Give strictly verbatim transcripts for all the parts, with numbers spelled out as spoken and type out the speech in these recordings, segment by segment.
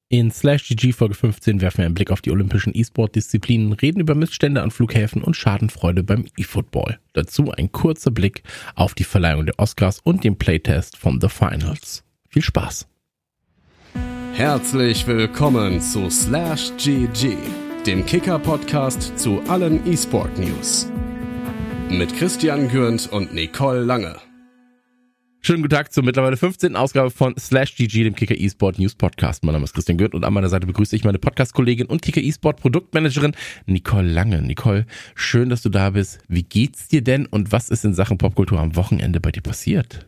In Slash G G Folge fünfzehn werfen wir einen Blick auf die olympischen E-Sport-Disziplinen, reden über Missstände an Flughäfen und Schadenfreude beim E-Football. Dazu ein kurzer Blick auf die Verleihung der Oscars und den Playtest von The Finals. Viel Spaß! Herzlich willkommen zu Slash G G, dem Kicker-Podcast zu allen E-Sport-News. Mit Christian Gürnt und Nicole Lange. Schönen guten Tag zur mittlerweile fünfzehnten Ausgabe von Slash G G, dem Kicker eSport News Podcast. Mein Name ist Christian Gürnt und an meiner Seite begrüße ich meine Podcast-Kollegin und Kicker eSport Produktmanagerin Nicole Lange. Nicole, schön, dass du da bist. Wie geht's dir denn und was ist in Sachen Popkultur am Wochenende bei dir passiert?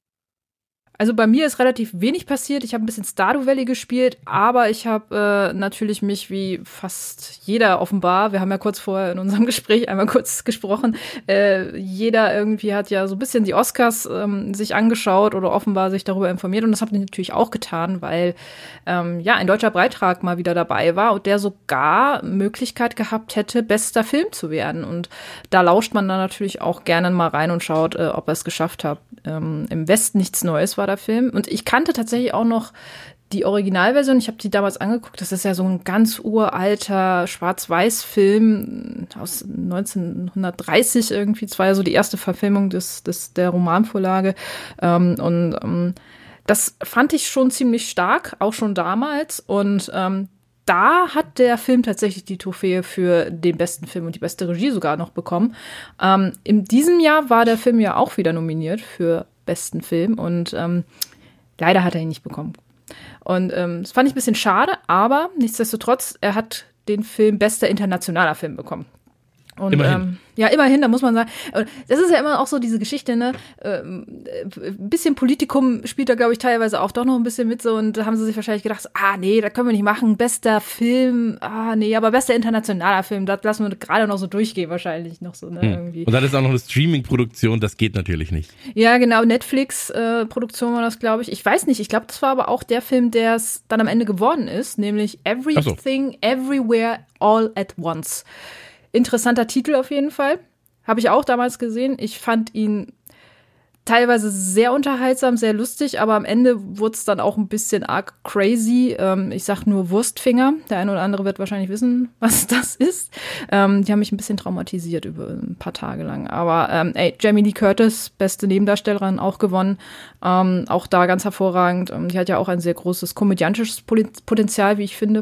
Also bei mir ist relativ wenig passiert. Ich habe ein bisschen Stardew Valley gespielt, aber ich habe äh, natürlich mich wie fast jeder offenbar, wir haben ja kurz vorher in unserem Gespräch einmal kurz gesprochen, äh, jeder irgendwie hat ja so ein bisschen die Oscars ähm, sich angeschaut oder offenbar sich darüber informiert und das habe ich natürlich auch getan, weil ähm, ja ein deutscher Beitrag mal wieder dabei war und der sogar Möglichkeit gehabt hätte, bester Film zu werden und da lauscht man dann natürlich auch gerne mal rein und schaut, äh, ob er es geschafft hat. Ähm, Im Westen nichts Neues war der Film. Und ich kannte tatsächlich auch noch die Originalversion. Ich habe die damals angeguckt. Das ist ja so ein ganz uralter Schwarz-Weiß-Film aus neunzehnhundertdreißig irgendwie. Das war ja so die erste Verfilmung des, des, der Romanvorlage. Ähm, und ähm, das fand ich schon ziemlich stark, auch schon damals. Und ähm, da hat der Film tatsächlich die Trophäe für den besten Film und die beste Regie sogar noch bekommen. Ähm, in diesem Jahr war der Film ja auch wieder nominiert für besten Film und ähm, leider hat er ihn nicht bekommen. Und ähm, das fand ich ein bisschen schade, aber nichtsdestotrotz, er hat den Film bester internationaler Film bekommen. Und, immerhin. Ähm, ja, immerhin, da muss man sagen, das ist ja immer auch so diese Geschichte, ne, ein bisschen Politikum spielt da, glaube ich, teilweise auch doch noch ein bisschen mit so und da haben sie sich wahrscheinlich gedacht, ah, nee, das können wir nicht machen, bester Film, ah, nee, aber bester internationaler Film, das lassen wir gerade noch so durchgehen wahrscheinlich noch so, ne, hm. irgendwie. Und dann ist auch noch eine Streaming-Produktion, das geht natürlich nicht. Ja, genau, Netflix-Produktion war das, glaube ich. Ich weiß nicht, ich glaube, das war aber auch der Film, der es dann am Ende geworden ist, nämlich Everything, so. Everywhere, All at Once. Interessanter Titel auf jeden Fall. Habe ich auch damals gesehen. Ich fand ihn teilweise sehr unterhaltsam, sehr lustig, aber am Ende wurde es dann auch ein bisschen arg crazy. Ähm, ich sag nur Wurstfinger. Der eine oder andere wird wahrscheinlich wissen, was das ist. Ähm, die haben mich ein bisschen traumatisiert über ein paar Tage lang. Aber ähm, ey, Jamie Lee Curtis, beste Nebendarstellerin, auch gewonnen. Ähm, auch da ganz hervorragend. Ähm, die hat ja auch ein sehr großes komödiantisches Potenzial, wie ich finde.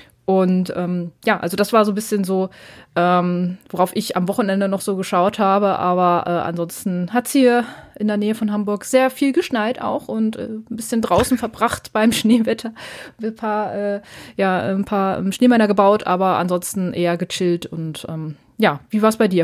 Und ähm, ja, also das war so ein bisschen so, ähm, worauf ich am Wochenende noch so geschaut habe. Aber äh, ansonsten hat es hier in der Nähe von Hamburg sehr viel geschneit auch und äh, ein bisschen draußen verbracht beim Schneewetter. Ein paar, äh, ja, ein paar Schneemänner gebaut, aber ansonsten eher gechillt. Und ähm, ja, wie war es bei dir?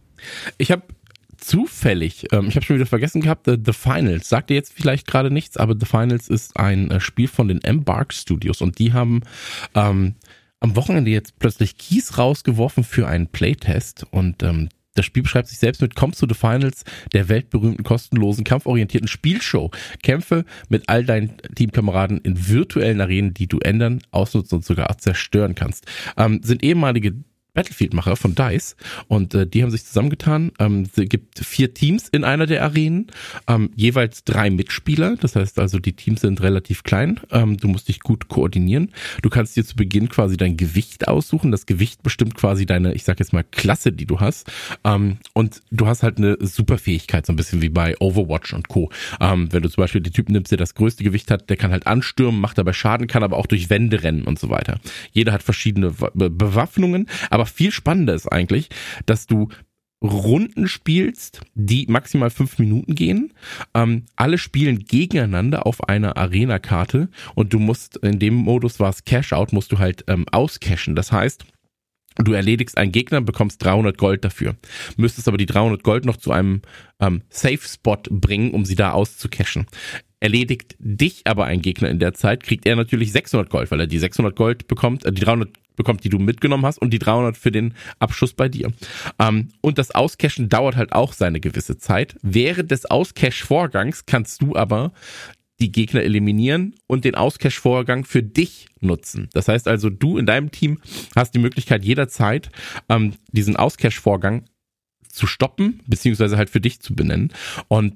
Ich habe Zufällig, ähm, ich habe schon wieder vergessen gehabt, The, The Finals, sagt dir jetzt vielleicht gerade nichts, aber The Finals ist ein äh, Spiel von den Embark Studios und die haben ähm, am Wochenende jetzt plötzlich Keys rausgeworfen für einen Playtest und ähm, das Spiel beschreibt sich selbst mit Kommst zu The Finals, der weltberühmten, kostenlosen, kampforientierten Spielshow. Kämpfe mit all deinen Teamkameraden in virtuellen Arenen, die du ändern, ausnutzen und sogar zerstören kannst. Ähm, sind ehemalige Battlefield-Macher von DICE und äh, die haben sich zusammengetan. Ähm, es gibt vier Teams in einer der Arenen, ähm, jeweils drei Mitspieler. Das heißt also, die Teams sind relativ klein. Ähm, du musst dich gut koordinieren. Du kannst dir zu Beginn quasi dein Gewicht aussuchen. Das Gewicht bestimmt quasi deine, ich sag jetzt mal, Klasse, die du hast. Ähm, und du hast halt eine Superfähigkeit, so ein bisschen wie bei Overwatch und Co. Ähm, wenn du zum Beispiel den Typen nimmst, der das größte Gewicht hat, der kann halt anstürmen, macht dabei Schaden, kann aber auch durch Wände rennen und so weiter. Jeder hat verschiedene Be- Bewaffnungen, aber viel spannender ist eigentlich, dass du Runden spielst, die maximal fünf Minuten gehen. Ähm, alle spielen gegeneinander auf einer Arena-Karte und du musst, in dem Modus war es Cash-Out, musst du halt ähm, auscashen. Das heißt, du erledigst einen Gegner, bekommst dreihundert Gold dafür. Müsstest aber die dreihundert Gold noch zu einem ähm, Safe-Spot bringen, um sie da auszucashen. Erledigt dich aber ein Gegner in der Zeit, kriegt er natürlich sechshundert Gold, weil er die sechshundert Gold bekommt, äh, die dreihundert bekommt, die du mitgenommen hast und die dreihundert für den Abschuss bei dir. Ähm, und das Auscashen dauert halt auch seine gewisse Zeit. Während des Auscash-Vorgangs kannst du aber die Gegner eliminieren und den Auscash-Vorgang für dich nutzen. Das heißt also, du in deinem Team hast die Möglichkeit jederzeit ähm, diesen Auscash-Vorgang zu stoppen, beziehungsweise halt für dich zu benennen. Und ähm,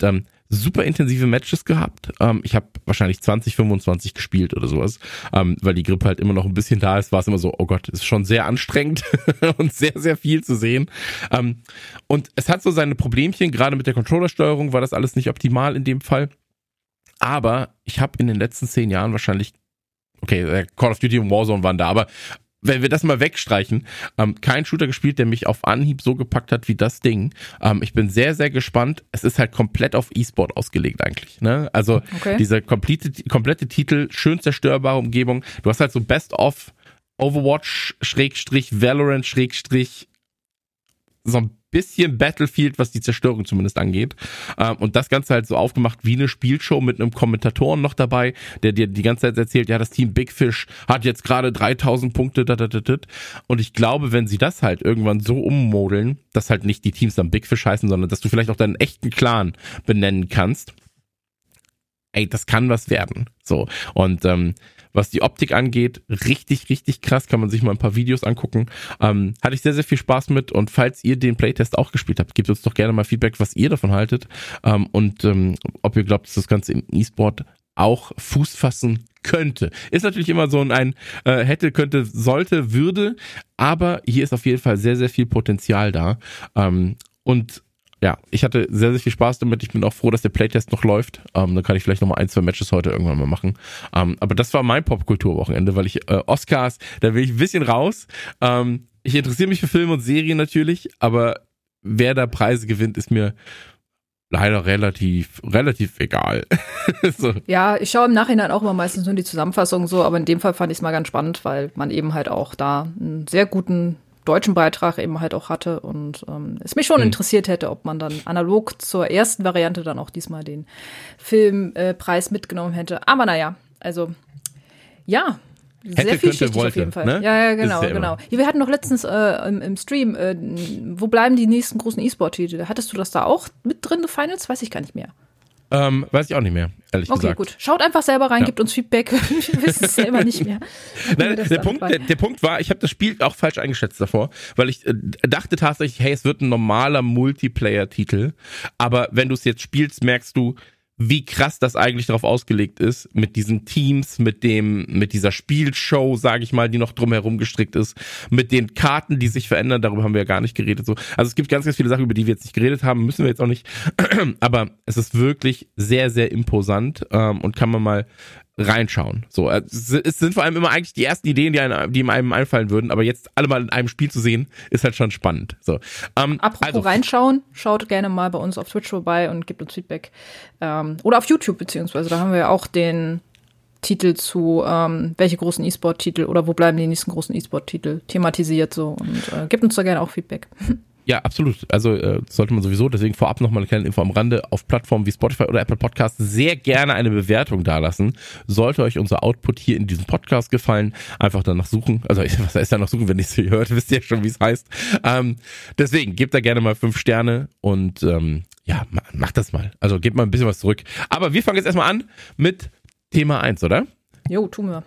super intensive Matches gehabt. Ähm, ich habe wahrscheinlich zwanzig, fünfundzwanzig gespielt oder sowas, ähm, weil die Grippe halt immer noch ein bisschen da ist, war es immer so, oh Gott, ist schon sehr anstrengend und sehr, sehr viel zu sehen. Ähm, und es hat so seine Problemchen, gerade mit der Controllersteuerung war das alles nicht optimal in dem Fall. Aber ich habe in den letzten zehn Jahren wahrscheinlich, okay, Call of Duty und Warzone waren da, aber wenn wir das mal wegstreichen, ähm, kein Shooter gespielt, der mich auf Anhieb so gepackt hat wie das Ding. Ähm, ich bin sehr, sehr gespannt. Es ist halt komplett auf E-Sport ausgelegt eigentlich. Ne? Also okay. Dieser komplette, komplette Titel, schön zerstörbare Umgebung. Du hast halt so Best of Overwatch, Schrägstrich, Valorant, Schrägstrich, so ein bisschen Battlefield, was die Zerstörung zumindest angeht. Ähm, und das Ganze halt so aufgemacht wie eine Spielshow mit einem Kommentatoren noch dabei, der dir die ganze Zeit erzählt, ja, das Team Big Fish hat jetzt gerade dreitausend Punkte, dat, dat, dat, dat. Und ich glaube, wenn sie das halt irgendwann so ummodeln, dass halt nicht die Teams dann Big Fish heißen, sondern dass du vielleicht auch deinen echten Clan benennen kannst, ey, das kann was werden. So. Und ähm, was die Optik angeht, richtig, richtig krass, kann man sich mal ein paar Videos angucken. Ähm, hatte ich sehr, sehr viel Spaß mit und falls ihr den Playtest auch gespielt habt, gebt uns doch gerne mal Feedback, was ihr davon haltet ähm, und ähm, ob ihr glaubt, dass das Ganze im E-Sport auch Fuß fassen könnte. Ist natürlich immer so ein äh, hätte, könnte, sollte, würde, aber hier ist auf jeden Fall sehr, sehr viel Potenzial da ähm, und ja, ich hatte sehr, sehr viel Spaß damit. Ich bin auch froh, dass der Playtest noch läuft. Ähm, dann kann ich vielleicht noch mal ein, zwei Matches heute irgendwann mal machen. Ähm, aber das war mein Popkulturwochenende, weil ich äh, Oscars, da will ich ein bisschen raus. Ähm, ich interessiere mich für Filme und Serien natürlich, aber wer da Preise gewinnt, ist mir leider relativ, relativ egal. so. Ja, ich schaue im Nachhinein auch immer meistens nur die Zusammenfassung so, aber in dem Fall fand ich es mal ganz spannend, weil man eben halt auch da einen sehr guten deutschen Beitrag eben halt auch hatte und ähm, es mich schon mhm. interessiert hätte, ob man dann analog zur ersten Variante dann auch diesmal den Filmpreis äh, mitgenommen hätte. Aber naja, also ja, hätte, sehr vielschichtig wollte, auf jeden Fall. Ne? Ja, ja, genau, ja genau. Ja, wir hatten noch letztens äh, im, im Stream, äh, wo bleiben die nächsten großen E-Sport-Titel? Hattest du das da auch mit drin, The Finals? Weiß ich gar nicht mehr. Ähm, weiß ich auch nicht mehr, ehrlich okay, gesagt. Okay, gut. Schaut einfach selber rein, ja. Gebt uns Feedback. Wir wissen es selber nicht mehr. Nein, der, Punkt, der, der Punkt war, ich habe das Spiel auch falsch eingeschätzt davor, weil ich äh, dachte tatsächlich, hey, es wird ein normaler Multiplayer-Titel, aber wenn du es jetzt spielst, merkst du, wie krass das eigentlich darauf ausgelegt ist, mit diesen Teams, mit dem, mit dieser Spielshow, sage ich mal, die noch drumherum gestrickt ist, mit den Karten, die sich verändern, darüber haben wir ja gar nicht geredet. So. Also es gibt ganz, ganz viele Sachen, über die wir jetzt nicht geredet haben, müssen wir jetzt auch nicht, aber es ist wirklich sehr, sehr imposant ähm, und kann man mal reinschauen. So, es sind vor allem immer eigentlich die ersten Ideen, die einem, die einem einfallen würden, aber jetzt alle mal in einem Spiel zu sehen, ist halt schon spannend. So, ähm, apropos also, reinschauen, schaut gerne mal bei uns auf Twitch vorbei und gebt uns Feedback. Ähm, oder auf YouTube beziehungsweise, da haben wir ja auch den Titel zu, ähm, welche großen E-Sport-Titel oder wo bleiben die nächsten großen E-Sport-Titel thematisiert so und äh, gebt uns da gerne auch Feedback. Ja, absolut. Also äh, sollte man sowieso, deswegen vorab nochmal eine kleine Info am Rande, auf Plattformen wie Spotify oder Apple Podcasts sehr gerne eine Bewertung dalassen. Sollte euch unser Output hier in diesem Podcast gefallen, einfach danach suchen. Also was heißt danach suchen, wenn ihr es hört, wisst ihr ja schon, wie es heißt. Ähm, deswegen, gebt da gerne mal fünf Sterne und ähm, ja, macht das mal. Also gebt mal ein bisschen was zurück. Aber wir fangen jetzt erstmal an mit Thema eins, oder? Jo, tun wir.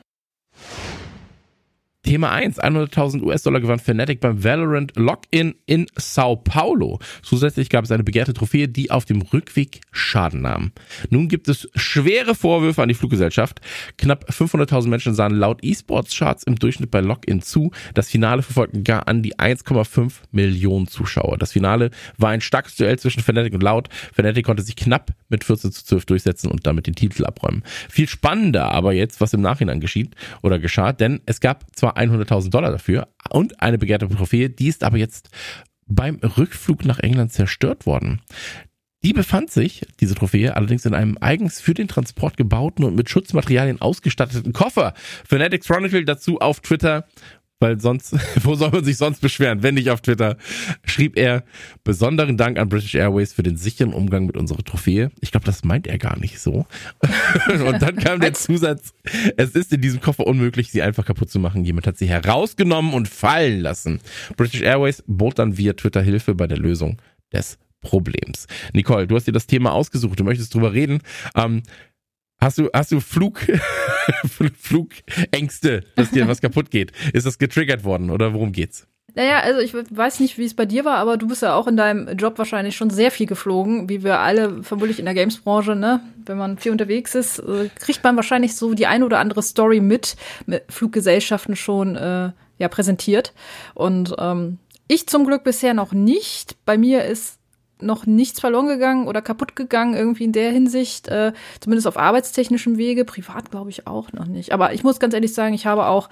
Thema eins, hunderttausend US-Dollar gewann Fnatic beim Valorant Login in Sao Paulo. Zusätzlich gab es eine begehrte Trophäe, die auf dem Rückweg Schaden nahm. Nun gibt es schwere Vorwürfe an die Fluggesellschaft. Knapp fünfhunderttausend Menschen sahen laut E-Sports-Charts im Durchschnitt bei Login zu. Das Finale verfolgten gar an die eins Komma fünf Millionen Zuschauer. Das Finale war ein starkes Duell zwischen Fnatic und Loud. Fnatic konnte sich knapp mit vierzehn zu zwölf durchsetzen und damit den Titel abräumen. Viel spannender aber jetzt, was im Nachhinein geschieht oder geschah, denn es gab zwar hunderttausend Dollar dafür und eine begehrte Trophäe, die ist aber jetzt beim Rückflug nach England zerstört worden. Die befand sich, diese Trophäe, allerdings in einem eigens für den Transport gebauten und mit Schutzmaterialien ausgestatteten Koffer. Fanatics Chronicle dazu auf Twitter, weil sonst, wo soll man sich sonst beschweren, wenn nicht auf Twitter, schrieb er, besonderen Dank an British Airways für den sicheren Umgang mit unserer Trophäe. Ich glaube, das meint er gar nicht so. Und dann kam der Zusatz, es ist in diesem Koffer unmöglich, sie einfach kaputt zu machen. Jemand hat sie herausgenommen und fallen lassen. British Airways bot dann via Twitter Hilfe bei der Lösung des Problems. Nicole, du hast dir das Thema ausgesucht, du möchtest drüber reden. Ähm, Hast du, hast du Flug, Flugängste, dass dir was kaputt geht? Ist das getriggert worden oder worum geht's? Naja, also ich weiß nicht, wie es bei dir war, aber du bist ja auch in deinem Job wahrscheinlich schon sehr viel geflogen, wie wir alle vermutlich in der Games-Branche, ne? Wenn man viel unterwegs ist, äh, kriegt man wahrscheinlich so die eine oder andere Story mit, mit Fluggesellschaften schon äh, ja präsentiert. Und ähm, ich zum Glück bisher noch nicht. Bei mir ist noch nichts verloren gegangen oder kaputt gegangen, irgendwie in der Hinsicht, äh, zumindest auf arbeitstechnischem Wege, privat glaube ich auch noch nicht. Aber ich muss ganz ehrlich sagen, ich habe auch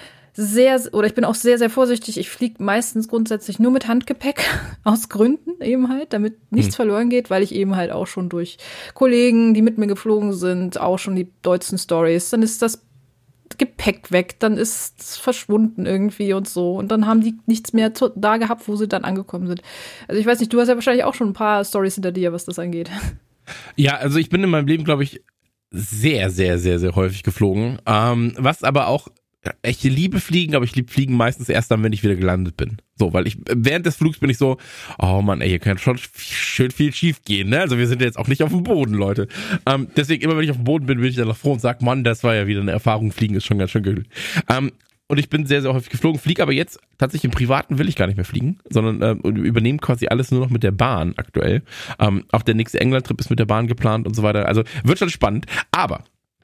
sehr, oder ich bin auch sehr, sehr vorsichtig. Ich fliege meistens grundsätzlich nur mit Handgepäck, aus Gründen eben halt, damit nichts hm. verloren geht, weil ich eben halt auch schon durch Kollegen, die mit mir geflogen sind, auch schon die dollsten Stories, dann ist das Gepäck weg, dann ist es verschwunden irgendwie und so. Und dann haben die nichts mehr zu, da gehabt, wo sie dann angekommen sind. Also ich weiß nicht, du hast ja wahrscheinlich auch schon ein paar Stories hinter dir, was das angeht. Ja, also ich bin in meinem Leben, glaube ich, sehr, sehr, sehr, sehr häufig geflogen. Ähm, was aber auch ich liebe Fliegen, aber ich liebe Fliegen meistens erst dann, wenn ich wieder gelandet bin. So, weil ich, während des Flugs bin ich so, oh Mann, ey, hier kann schon schön viel schief gehen, ne? Also wir sind jetzt auch nicht auf dem Boden, Leute. Ähm, deswegen, immer wenn ich auf dem Boden bin, bin ich dann noch froh und sag, Mann, das war ja wieder eine Erfahrung. Fliegen ist schon ganz schön geil. Ähm, und ich bin sehr, sehr häufig geflogen, fliege aber jetzt tatsächlich im Privaten will ich gar nicht mehr fliegen, sondern äh, übernehme quasi alles nur noch mit der Bahn aktuell. Ähm, auch der nächste England-Trip ist mit der Bahn geplant und so weiter. Also wird schon spannend. Aber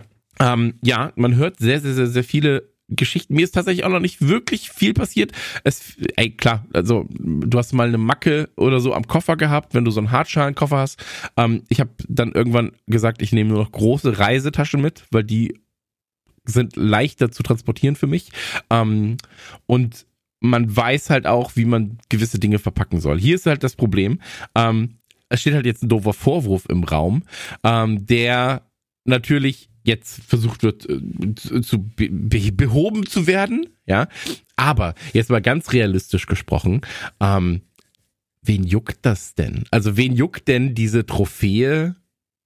ähm, ja, man hört sehr, sehr, sehr, sehr viele Geschichten. Mir ist tatsächlich auch noch nicht wirklich viel passiert. Es, ey, klar, also du hast mal eine Macke oder so am Koffer gehabt, wenn du so einen Hartschalenkoffer hast. Ähm, ich habe dann irgendwann gesagt, ich nehme nur noch große Reisetaschen mit, weil die sind leichter zu transportieren für mich. Ähm, und man weiß halt auch, wie man gewisse Dinge verpacken soll. Hier ist halt das Problem. Ähm, es steht halt jetzt ein doofer Vorwurf im Raum, ähm, der natürlich jetzt versucht wird äh, zu be- behoben zu werden, ja, aber jetzt mal ganz realistisch gesprochen, ähm, wen juckt das denn? Also wen juckt denn diese Trophäe?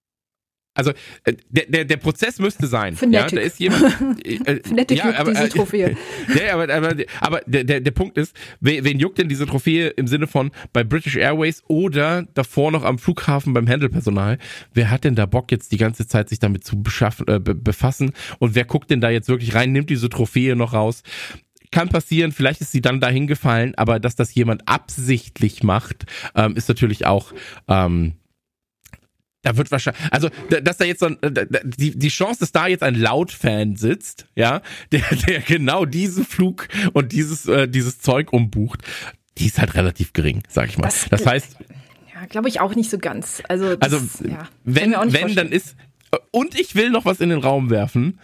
Also äh, der, der der Prozess müsste sein, Fnatic. Ja, da ist jemand. Äh, Fnatic ja, juckt aber, diese Trophäe. Ja, aber, aber, aber der, der, der Punkt ist, wen, wen juckt denn diese Trophäe im Sinne von bei British Airways oder davor noch am Flughafen beim Handelpersonal? Wer hat denn da Bock jetzt die ganze Zeit sich damit zu beschaffen, äh, be- befassen und wer guckt denn da jetzt wirklich rein, nimmt diese Trophäe noch raus? Kann passieren, vielleicht ist sie dann dahin gefallen, aber dass das jemand absichtlich macht, ähm, ist natürlich auch ähm, da wird wahrscheinlich, also, dass da jetzt so ein, die, die Chance, dass da jetzt ein Laut-Fan sitzt, ja, der, der genau diesen Flug und dieses, äh, dieses Zeug umbucht, die ist halt relativ gering, sag ich mal. Das, das heißt. Ja, glaube ich auch nicht so ganz. Also, das, also ja, wenn, wenn, dann ist, und ich will noch was in den Raum werfen,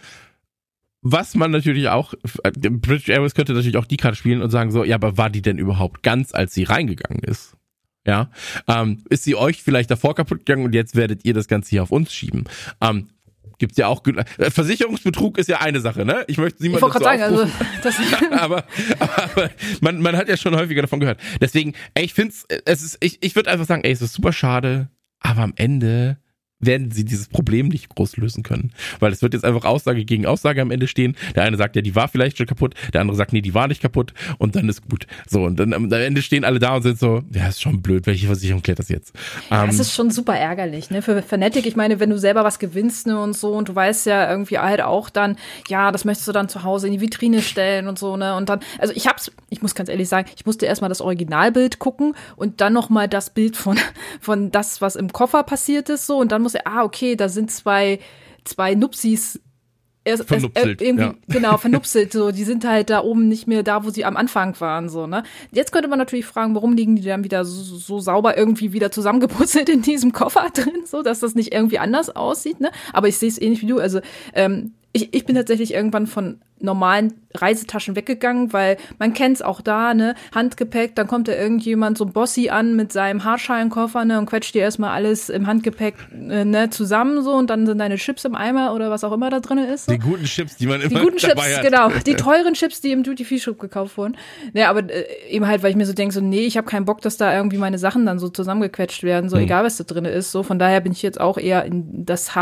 was man natürlich auch, British Airways könnte natürlich auch die Karte spielen und sagen so, ja, aber war die denn überhaupt ganz, als sie reingegangen ist? Ja, ähm, ist sie euch vielleicht davor kaputt gegangen und jetzt werdet ihr das Ganze hier auf uns schieben. Ähm, gibt's ja auch, äh, Versicherungsbetrug ist ja eine Sache, ne? Ich möchte niemanden dazu sagen, also, das aber, aber man, man hat ja schon häufiger davon gehört. Deswegen, ey, ich find's, es ist, ich, ich würde einfach sagen, ey, es ist super schade, aber am Ende werden sie dieses Problem nicht groß lösen können. Weil es wird jetzt einfach Aussage gegen Aussage am Ende stehen. Der eine sagt, ja, die war vielleicht schon kaputt. Der andere sagt, nee, die war nicht kaputt. Und dann ist gut. So, und dann am Ende stehen alle da und sind so, ja, ist schon blöd. Welche Versicherung klärt das jetzt? Ja, ähm, das ist schon super ärgerlich, ne? Für Fnatic, ich meine, wenn du selber was gewinnst, ne, und so, und du weißt ja irgendwie halt auch dann, ja, das möchtest du dann zu Hause in die Vitrine stellen und so, ne? Und dann, also ich hab's, ich muss ganz ehrlich sagen, ich musste erstmal das Originalbild gucken und dann nochmal das Bild von, von das, was im Koffer passiert ist, so, und dann muss er, ah, okay, da sind zwei, zwei Nupsis erst, vernupselt, äh, irgendwie, ja. Genau, vernupselt, so, die sind halt da oben nicht mehr da, wo sie am Anfang waren, so, ne. Jetzt könnte man natürlich fragen, warum liegen die dann wieder so, so sauber irgendwie wieder zusammengeputzelt in diesem Koffer drin, so, dass das nicht irgendwie anders aussieht, ne. Aber ich sehe es ähnlich wie du, also, ähm, ich, ich bin tatsächlich irgendwann von normalen Reisetaschen weggegangen, weil man kennt's auch da, ne, Handgepäck, dann kommt da irgendjemand, so ein Bossi an mit seinem Hartschalenkoffer, ne, und quetscht dir erstmal alles im Handgepäck, äh, ne, zusammen, so, und dann sind deine Chips im Eimer oder was auch immer da drin ist, so. Die guten Chips, die man immer Die guten dabei Chips, hat. genau, die teuren Chips, die im Duty-Free-Shop gekauft wurden. Ja, aber äh, eben halt, weil ich mir so denke, so, nee, ich habe keinen Bock, dass da irgendwie meine Sachen dann so zusammengequetscht werden, so, hm. egal was da drin ist, so, von daher bin ich jetzt auch eher in das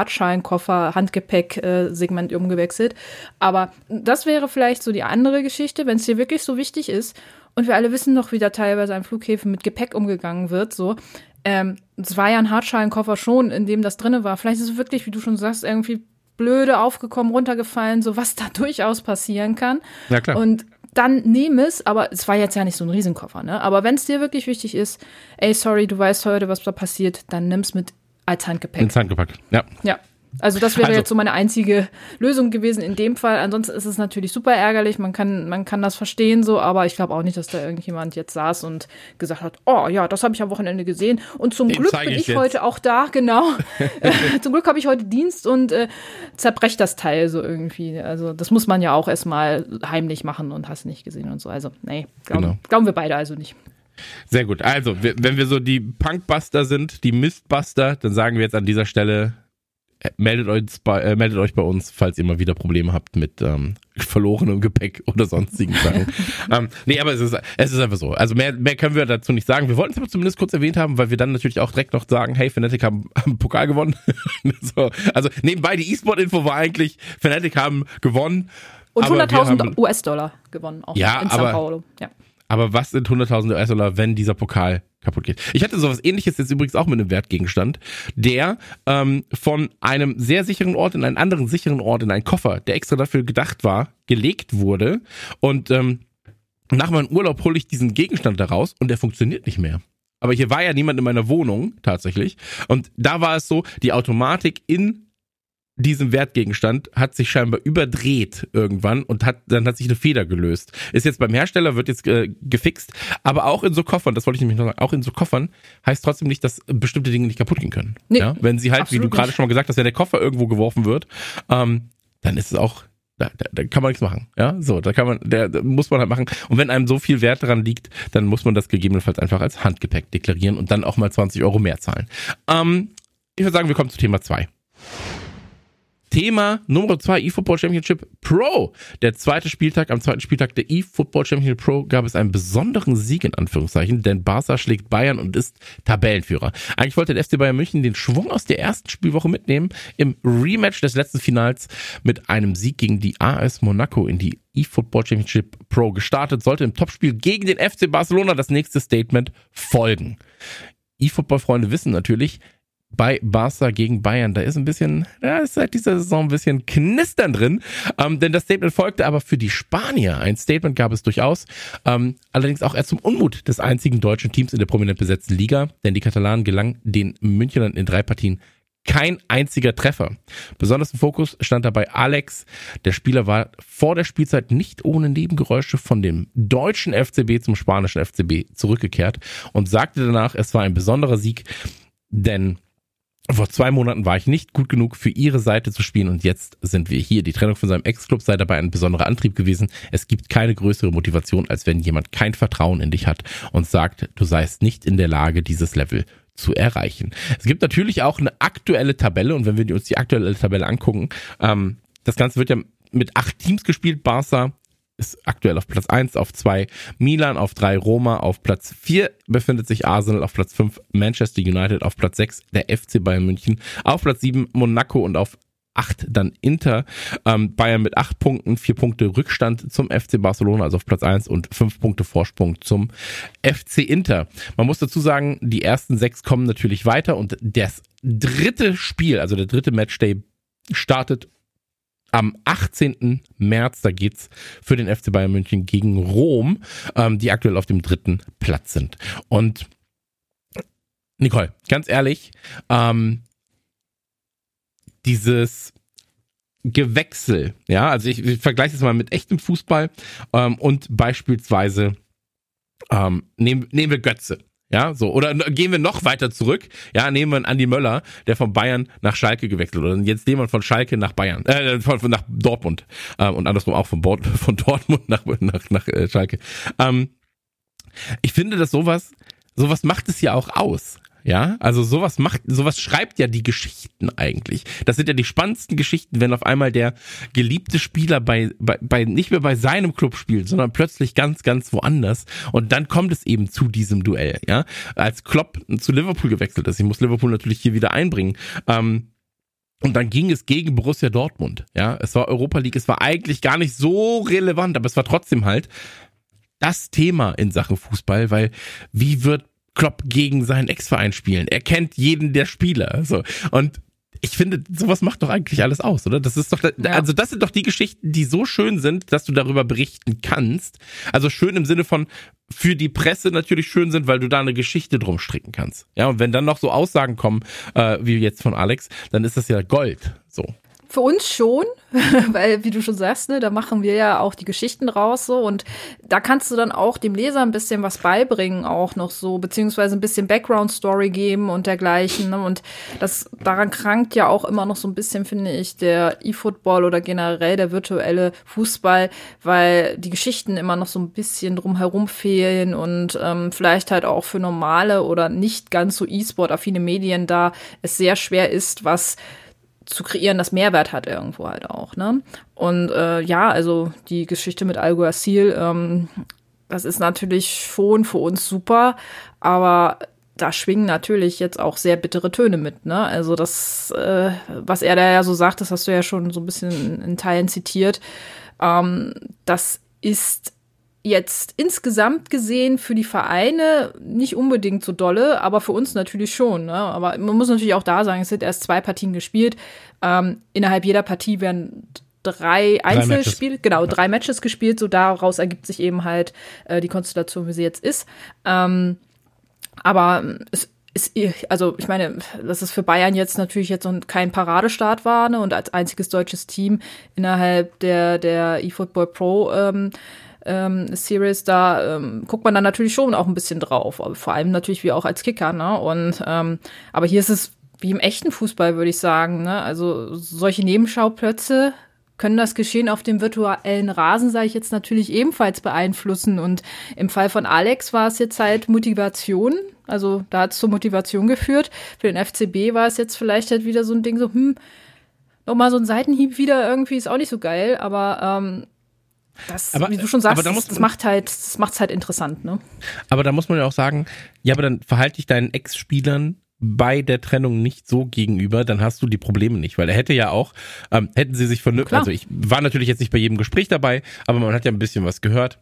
Hartschalenkoffer-Handgepäck-Segment umgewechselt, aber das wäre vielleicht so die andere Geschichte, wenn es dir wirklich so wichtig ist. Und wir alle wissen doch, wie da teilweise an Flughäfen mit Gepäck umgegangen wird. So, ähm, es war ja ein Hartschalenkoffer schon, in dem das drinne war. Vielleicht ist es wirklich, wie du schon sagst, irgendwie blöde aufgekommen, runtergefallen, so was da durchaus passieren kann. Ja, klar. Und dann nehm es, aber es war jetzt ja nicht so ein Riesenkoffer, ne? Aber wenn es dir wirklich wichtig ist, ey, sorry, du weißt heute, was da passiert, dann nimm's mit als Handgepäck. Ins Handgepäck, ja. Ja. Also das wäre Also, jetzt so meine einzige Lösung gewesen in dem Fall. Ansonsten ist es natürlich super ärgerlich, man kann, man kann das verstehen so, aber ich glaube auch nicht, dass da irgendjemand jetzt saß und gesagt hat, oh ja, das habe ich am Wochenende gesehen und zum Den Glück zeig bin ich ich jetzt. heute auch da, genau. Zum Glück habe ich heute Dienst und äh, zerbrech das Teil so irgendwie. Also das muss man ja auch erstmal heimlich machen und hast nicht gesehen und so. Also nee, glauben, Genau. glauben wir beide also nicht. Sehr gut. Also, wir, wenn wir so die Punkbuster sind, die Mistbuster, dann sagen wir jetzt an dieser Stelle, äh, meldet euch bei, äh, meldet euch bei uns, falls ihr mal wieder Probleme habt mit ähm, verlorenem Gepäck oder sonstigen Sachen. ähm, nee, aber es ist, es ist einfach so. Also mehr, mehr können wir dazu nicht sagen. Wir wollten es aber zumindest kurz erwähnt haben, weil wir dann natürlich auch direkt noch sagen, hey, Fnatic haben, haben Pokal gewonnen. so, also nebenbei, die E-Sport-Info war eigentlich, Fnatic haben gewonnen. Und aber wir hunderttausend haben- U S-Dollar gewonnen, auch Ja, in São aber- Paulo. Ja. Aber was sind hunderttausende U S-Dollar, wenn dieser Pokal kaputt geht? Ich hatte sowas ähnliches jetzt übrigens auch mit einem Wertgegenstand, der ähm, von einem sehr sicheren Ort in einen anderen sicheren Ort, in einen Koffer, der extra dafür gedacht war, gelegt wurde. Und ähm, nach meinem Urlaub hole ich diesen Gegenstand da raus und der funktioniert nicht mehr. Aber hier war ja niemand in meiner Wohnung tatsächlich. Und da war es so, die Automatik in diesem Wertgegenstand hat sich scheinbar überdreht irgendwann und hat dann hat sich eine Feder gelöst. Ist jetzt beim Hersteller, wird jetzt äh, gefixt, aber auch in so Koffern, das wollte ich nämlich noch sagen, auch in so Koffern heißt trotzdem nicht, dass bestimmte Dinge nicht kaputt gehen können. Nee, ja? Wenn sie halt, wie du absolut gerade nicht. schon mal gesagt hast, wenn der Koffer irgendwo geworfen wird, ähm, dann ist es auch, da, da, da kann man nichts machen. Ja, so, da kann man, da, da muss man halt machen. Und wenn einem so viel Wert daran liegt, dann muss man das gegebenenfalls einfach als Handgepäck deklarieren und dann auch mal zwanzig Euro mehr zahlen. Ähm, ich würde sagen, wir kommen zu Thema zwei. Thema Nummer zwei, eFootball Championship Pro. Der zweite Spieltag, am zweiten Spieltag der eFootball Championship Pro gab es einen besonderen Sieg in Anführungszeichen, denn Barca schlägt Bayern und ist Tabellenführer. Eigentlich wollte der F C Bayern München den Schwung aus der ersten Spielwoche mitnehmen im Rematch des letzten Finals mit einem Sieg gegen die A S Monaco in die eFootball Championship Pro gestartet, sollte im Topspiel gegen den F C Barcelona das nächste Statement folgen. eFootball-Freunde wissen natürlich, bei Barca gegen Bayern, da ist ein bisschen, da ist seit dieser Saison ein bisschen Knistern drin, ähm, denn das Statement folgte aber für die Spanier. Ein Statement gab es durchaus, ähm, allerdings auch erst zum Unmut des einzigen deutschen Teams in der prominent besetzten Liga, denn die Katalanen gelang den Münchnern in drei Partien kein einziger Treffer. Besonders im Fokus stand dabei Alex. Der Spieler war vor der Spielzeit nicht ohne Nebengeräusche von dem deutschen F C B zum spanischen F C B zurückgekehrt und sagte danach, es war ein besonderer Sieg, denn vor zwei Monaten war ich nicht gut genug für ihre Seite zu spielen und jetzt sind wir hier. Die Trennung von seinem Ex-Club sei dabei ein besonderer Antrieb gewesen. Es gibt keine größere Motivation, als wenn jemand kein Vertrauen in dich hat und sagt, du seist nicht in der Lage, dieses Level zu erreichen. Es gibt natürlich auch eine aktuelle Tabelle und wenn wir uns die aktuelle Tabelle angucken, ähm, das Ganze wird ja mit acht Teams gespielt. Barca ist aktuell auf Platz eins, auf zwei Milan, auf drei Roma, auf Platz vier befindet sich Arsenal, auf Platz fünf Manchester United, auf Platz sechs der F C Bayern München, auf Platz sieben Monaco und auf acht dann Inter. Ähm, Bayern mit acht Punkten, vier Punkte Rückstand zum F C Barcelona, also auf Platz eins und fünf Punkte Vorsprung zum F C Inter. Man muss dazu sagen, die ersten sechs kommen natürlich weiter und das dritte Spiel, also der dritte Matchday startet am achtzehnten März, da geht's für den F C Bayern München gegen Rom, ähm, die aktuell auf dem dritten Platz sind. Und Nicole, ganz ehrlich, ähm, dieses Gewechsel, ja, also ich, ich vergleiche es mal mit echtem Fußball ähm, und beispielsweise ähm, nehmen, nehmen wir Götze. Ja, so. Oder gehen wir noch weiter zurück. Ja, nehmen wir einen Andi Möller, der von Bayern nach Schalke gewechselt. Oder jetzt nehmen wir von Schalke nach Bayern, äh, von, von nach Dortmund. Ähm, und andersrum auch von, Bord, von Dortmund nach, nach, nach äh, Schalke. Ähm, ich finde, dass sowas, sowas macht es ja auch aus. Ja, also sowas macht, sowas schreibt ja die Geschichten eigentlich. Das sind ja die spannendsten Geschichten, wenn auf einmal der geliebte Spieler bei, bei, bei nicht mehr bei seinem Club spielt, sondern plötzlich ganz, ganz woanders. Und dann kommt es eben zu diesem Duell. Ja, als Klopp zu Liverpool gewechselt ist, ich muss Liverpool natürlich hier wieder einbringen. Ähm, Und dann ging es gegen Borussia Dortmund. Ja, es war Europa League, es war eigentlich gar nicht so relevant, aber es war trotzdem halt das Thema in Sachen Fußball, weil wie wird Klopp gegen seinen Ex-Verein spielen? Er kennt jeden der Spieler. So. Und ich finde, sowas macht doch eigentlich alles aus, oder? Das ist doch, Ja. also das sind doch die Geschichten, die so was macht doch eigentlich alles aus, oder? Das ist doch, Ja. also das sind doch die Geschichten, die so schön sind, dass du darüber berichten kannst. Also schön im Sinne von für die Presse natürlich schön sind, weil du da eine Geschichte drum stricken kannst. Ja, und wenn dann noch so Aussagen kommen, äh, wie jetzt von Alex, dann ist das ja Gold, so. Für uns schon, weil, wie du schon sagst, ne, da machen wir ja auch die Geschichten raus so und da kannst du dann auch dem Leser ein bisschen was beibringen auch noch so, beziehungsweise ein bisschen Background-Story geben und dergleichen, ne, und das, daran krankt ja auch immer noch so ein bisschen, finde ich, der E-Football oder generell der virtuelle Fußball, weil die Geschichten immer noch so ein bisschen drumherum fehlen und ähm, vielleicht halt auch für normale oder nicht ganz so E-Sport-affine Medien da es sehr schwer ist, was zu kreieren, das Mehrwert hat irgendwo halt auch, ne? Und äh, ja, also die Geschichte mit Alguacil, ähm, das ist natürlich schon für uns super, aber da schwingen natürlich jetzt auch sehr bittere Töne mit, ne? Also das, äh, was er da ja so sagt, das hast du ja schon so ein bisschen in Teilen zitiert, ähm, das ist jetzt insgesamt gesehen für die Vereine nicht unbedingt so dolle, aber für uns natürlich schon. Ne? Aber man muss natürlich auch da sagen, es sind erst zwei Partien gespielt. Ähm, innerhalb jeder Partie werden drei Einzelspiele, genau, drei Matches gespielt. So daraus ergibt sich eben halt äh, die Konstellation, wie sie jetzt ist. Ähm, aber es ist, also ich meine, dass es für Bayern jetzt natürlich jetzt noch kein Paradestart war, ne? Und als einziges deutsches Team innerhalb der, der eFootball Pro ähm, Ähm, Series, da ähm, guckt man dann natürlich schon auch ein bisschen drauf, aber vor allem natürlich wie auch als Kicker, ne? Und ähm, aber hier ist es wie im echten Fußball, würde ich sagen, ne? Also solche Nebenschauplätze können das Geschehen auf dem virtuellen Rasen, sage ich jetzt, natürlich ebenfalls beeinflussen. Und im Fall von Alex war es jetzt halt Motivation, also da hat es zur Motivation geführt. Für den F C B war es jetzt vielleicht halt wieder so ein Ding, so hm, nochmal so ein Seitenhieb wieder irgendwie ist auch nicht so geil, aber ähm, Das, aber, wie du schon sagst, da das, das macht halt, das macht's halt interessant, ne? Aber da muss man ja auch sagen, ja, aber dann verhalte dich deinen Ex-Spielern bei der Trennung nicht so gegenüber, dann hast du die Probleme nicht, weil er hätte ja auch, ähm, hätten sie sich vernünftig, also ich war natürlich jetzt nicht bei jedem Gespräch dabei, aber man hat ja ein bisschen was gehört.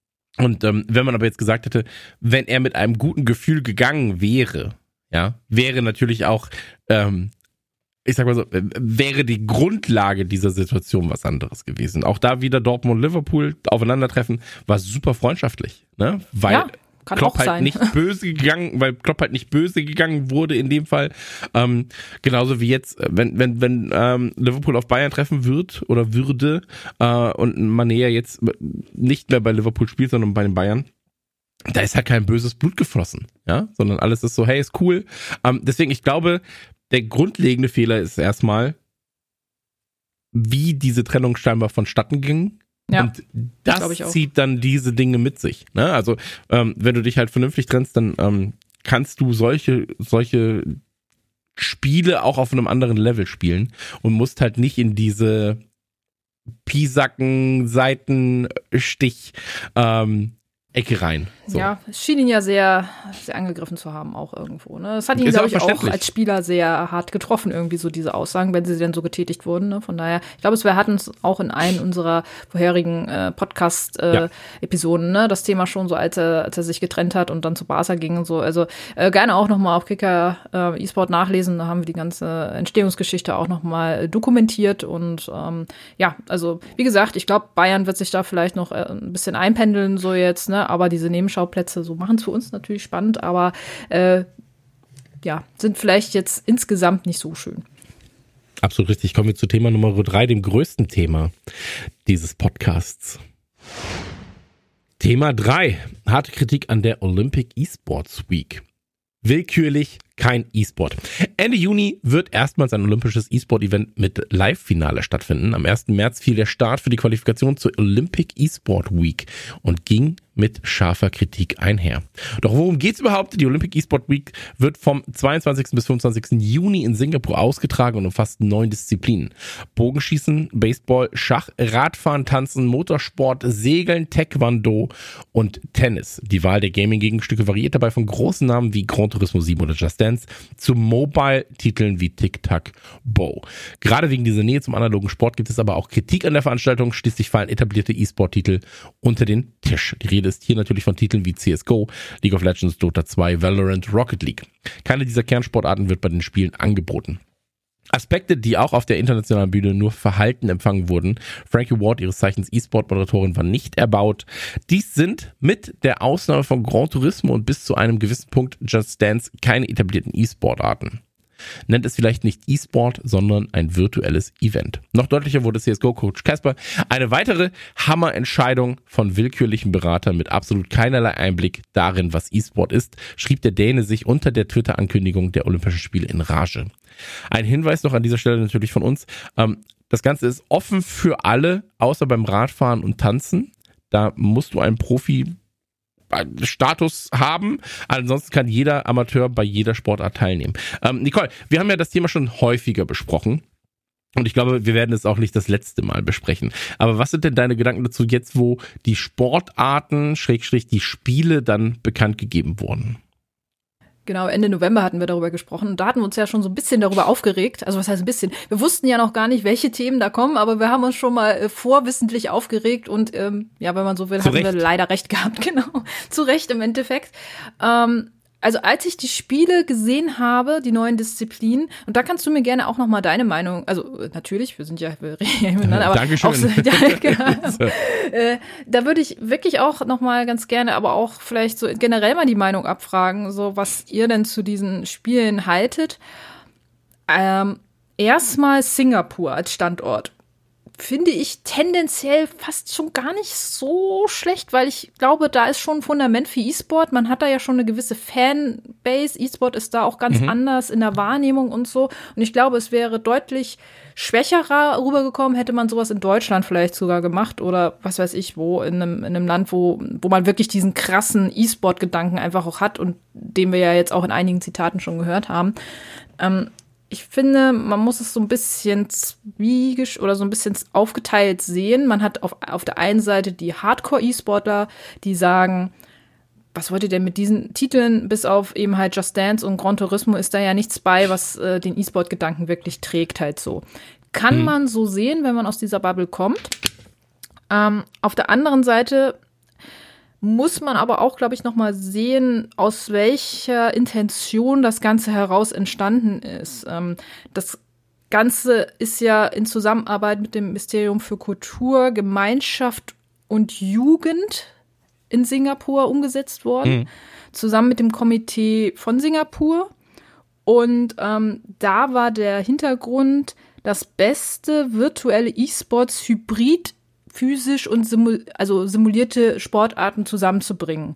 Und ähm, wenn man aber jetzt gesagt hätte, wenn er mit einem guten Gefühl gegangen wäre, ja, wäre natürlich auch, ähm, ich sag mal so, wäre die Grundlage dieser Situation was anderes gewesen. Auch da wieder Dortmund-Liverpool aufeinandertreffen, war super freundschaftlich, ne? Weil ja, kann Klopp auch halt sein. nicht böse gegangen, weil Klopp halt nicht böse gegangen wurde in dem Fall. Ähm, genauso wie jetzt, wenn wenn wenn ähm, Liverpool auf Bayern treffen wird oder würde äh, und Mané ja jetzt nicht mehr bei Liverpool spielt, sondern bei den Bayern. Da ist halt kein böses Blut geflossen, ja, sondern alles ist so, hey, ist cool. Ähm, deswegen, ich glaube, der grundlegende Fehler ist erstmal, wie diese Trennung scheinbar vonstatten ging. Ja, und das ich auch. zieht dann diese Dinge mit sich. Ne? Also, ähm, wenn du dich halt vernünftig trennst, dann ähm, kannst du solche, solche Spiele auch auf einem anderen Level spielen und musst halt nicht in diese Piesacken, Seitenstich, ähm, Ecke rein. So. Ja, es schien ihn ja sehr, sehr angegriffen zu haben, auch irgendwo. Ne? Das hat ihn, Ist glaube auch ich, auch verständlich. als Spieler sehr hart getroffen, irgendwie so diese Aussagen, wenn sie denn so getätigt wurden. Ne? Von daher, ich glaube, wir hatten es auch in einem unserer vorherigen äh, Podcast-Episoden, äh, ja. ne? Das Thema schon so, als er, als er sich getrennt hat und dann zu Barca ging und so. Also äh, gerne auch nochmal auf Kicker äh, eSport nachlesen. Da haben wir die ganze Entstehungsgeschichte auch nochmal dokumentiert. Und ähm, ja, also wie gesagt, ich glaube, Bayern wird sich da vielleicht noch äh, ein bisschen einpendeln, so jetzt, ne? Aber diese Nebenschauplätze so machen es für uns natürlich spannend, aber äh, ja, sind vielleicht jetzt insgesamt nicht so schön. Absolut richtig. Kommen wir zu Thema Nummer drei, dem größten Thema dieses Podcasts. Thema drei. Harte Kritik an der Olympic Esports Week. Willkürlich kein E-Sport. Ende Juni wird erstmals ein olympisches E-Sport-Event mit Live-Finale stattfinden. Am ersten März fiel der Start für die Qualifikation zur Olympic E-Sport Week und ging mit scharfer Kritik einher. Doch worum geht's überhaupt? Die Olympic E-Sport Week wird vom zweiundzwanzigsten bis fünfundzwanzigsten Juni in Singapur ausgetragen und umfasst neun Disziplinen. Bogenschießen, Baseball, Schach, Radfahren, Tanzen, Motorsport, Segeln, Taekwondo und Tennis. Die Wahl der Gaming-Gegenstücke variiert dabei von großen Namen wie Gran Turismo sieben oder Just Dance zu Mobile-Titeln wie Tic-Tac-Bow. Gerade wegen dieser Nähe zum analogen Sport gibt es aber auch Kritik an der Veranstaltung. Schließlich fallen etablierte E-Sport-Titel unter den Tisch. Die Rede ist hier natürlich von Titeln wie C S G O, League of Legends, Dota zwei, Valorant, Rocket League. Keine dieser Kernsportarten wird bei den Spielen angeboten. Aspekte, die auch auf der internationalen Bühne nur verhalten empfangen wurden. Frankie Ward, ihres Zeichens E-Sport-Moderatorin, war nicht erbaut. Dies sind mit der Ausnahme von Gran Turismo und bis zu einem gewissen Punkt Just Dance keine etablierten E-Sport-Arten. Nennt es vielleicht nicht E-Sport, sondern ein virtuelles Event. Noch deutlicher wurde C S G O-Coach Casper. Eine weitere Hammerentscheidung von willkürlichen Beratern mit absolut keinerlei Einblick darin, was E-Sport ist, schrieb der Däne sich unter der Twitter-Ankündigung der Olympischen Spiele in Rage. Ein Hinweis noch an dieser Stelle natürlich von uns. Das Ganze ist offen für alle, außer beim Radfahren und Tanzen. Da musst du einen Profi Status haben. Ansonsten kann jeder Amateur bei jeder Sportart teilnehmen. Ähm, Nicole, wir haben ja das Thema schon häufiger besprochen. Und ich glaube, wir werden es auch nicht das letzte Mal besprechen. Aber was sind denn deine Gedanken dazu jetzt, wo die Sportarten, Schrägstrich, die Spiele dann bekannt gegeben wurden? Genau, Ende November hatten wir darüber gesprochen und da hatten wir uns ja schon so ein bisschen darüber aufgeregt. Also was heißt ein bisschen? Wir wussten ja noch gar nicht, welche Themen da kommen, aber wir haben uns schon mal äh, vorwissentlich aufgeregt und ähm, ja, wenn man so will, Zu hatten Recht. wir leider recht gehabt, genau. Zu Recht im Endeffekt. Ähm, also als ich die Spiele gesehen habe, die neuen Disziplinen, und da kannst du mir gerne auch noch mal deine Meinung, also äh, natürlich, wir sind ja, wir reden ja miteinander, aber Dankeschön. auch so, ja, genau. äh, da würde ich wirklich auch noch mal ganz gerne, aber auch vielleicht so generell mal die Meinung abfragen, so was ihr denn zu diesen Spielen haltet. Ähm, erstmal Singapur als Standort. Finde ich tendenziell fast schon gar nicht so schlecht, weil ich glaube, da ist schon ein Fundament für E-Sport. Man hat da ja schon eine gewisse Fanbase. E-Sport ist da auch ganz mhm. anders in der Wahrnehmung und so. Und ich glaube, es wäre deutlich schwächerer rübergekommen, hätte man sowas in Deutschland vielleicht sogar gemacht oder was weiß ich wo, in einem, in einem Land, wo, wo man wirklich diesen krassen E-Sport-Gedanken einfach auch hat und den wir ja jetzt auch in einigen Zitaten schon gehört haben. Ähm, Ich finde, man muss es so ein bisschen zwiegisch oder so ein bisschen aufgeteilt sehen. Man hat auf, auf der einen Seite die Hardcore-E-Sportler, die sagen, was wollt ihr denn mit diesen Titeln? Bis auf eben halt Just Dance und Gran Turismo ist da ja nichts bei, was äh, den E-Sport-Gedanken wirklich trägt halt so. Kann mhm. man so sehen, wenn man aus dieser Bubble kommt. Ähm, auf der anderen Seite muss man aber auch, glaube ich, noch mal sehen, aus welcher Intention das Ganze heraus entstanden ist. Ähm, das Ganze ist ja in Zusammenarbeit mit dem Ministerium für Kultur, Gemeinschaft und Jugend in Singapur umgesetzt worden, mhm. zusammen mit dem Komitee von Singapur. Und ähm, da war der Hintergrund, das beste virtuelle E-Sports-Hybrid physisch und simul- also simulierte Sportarten zusammenzubringen.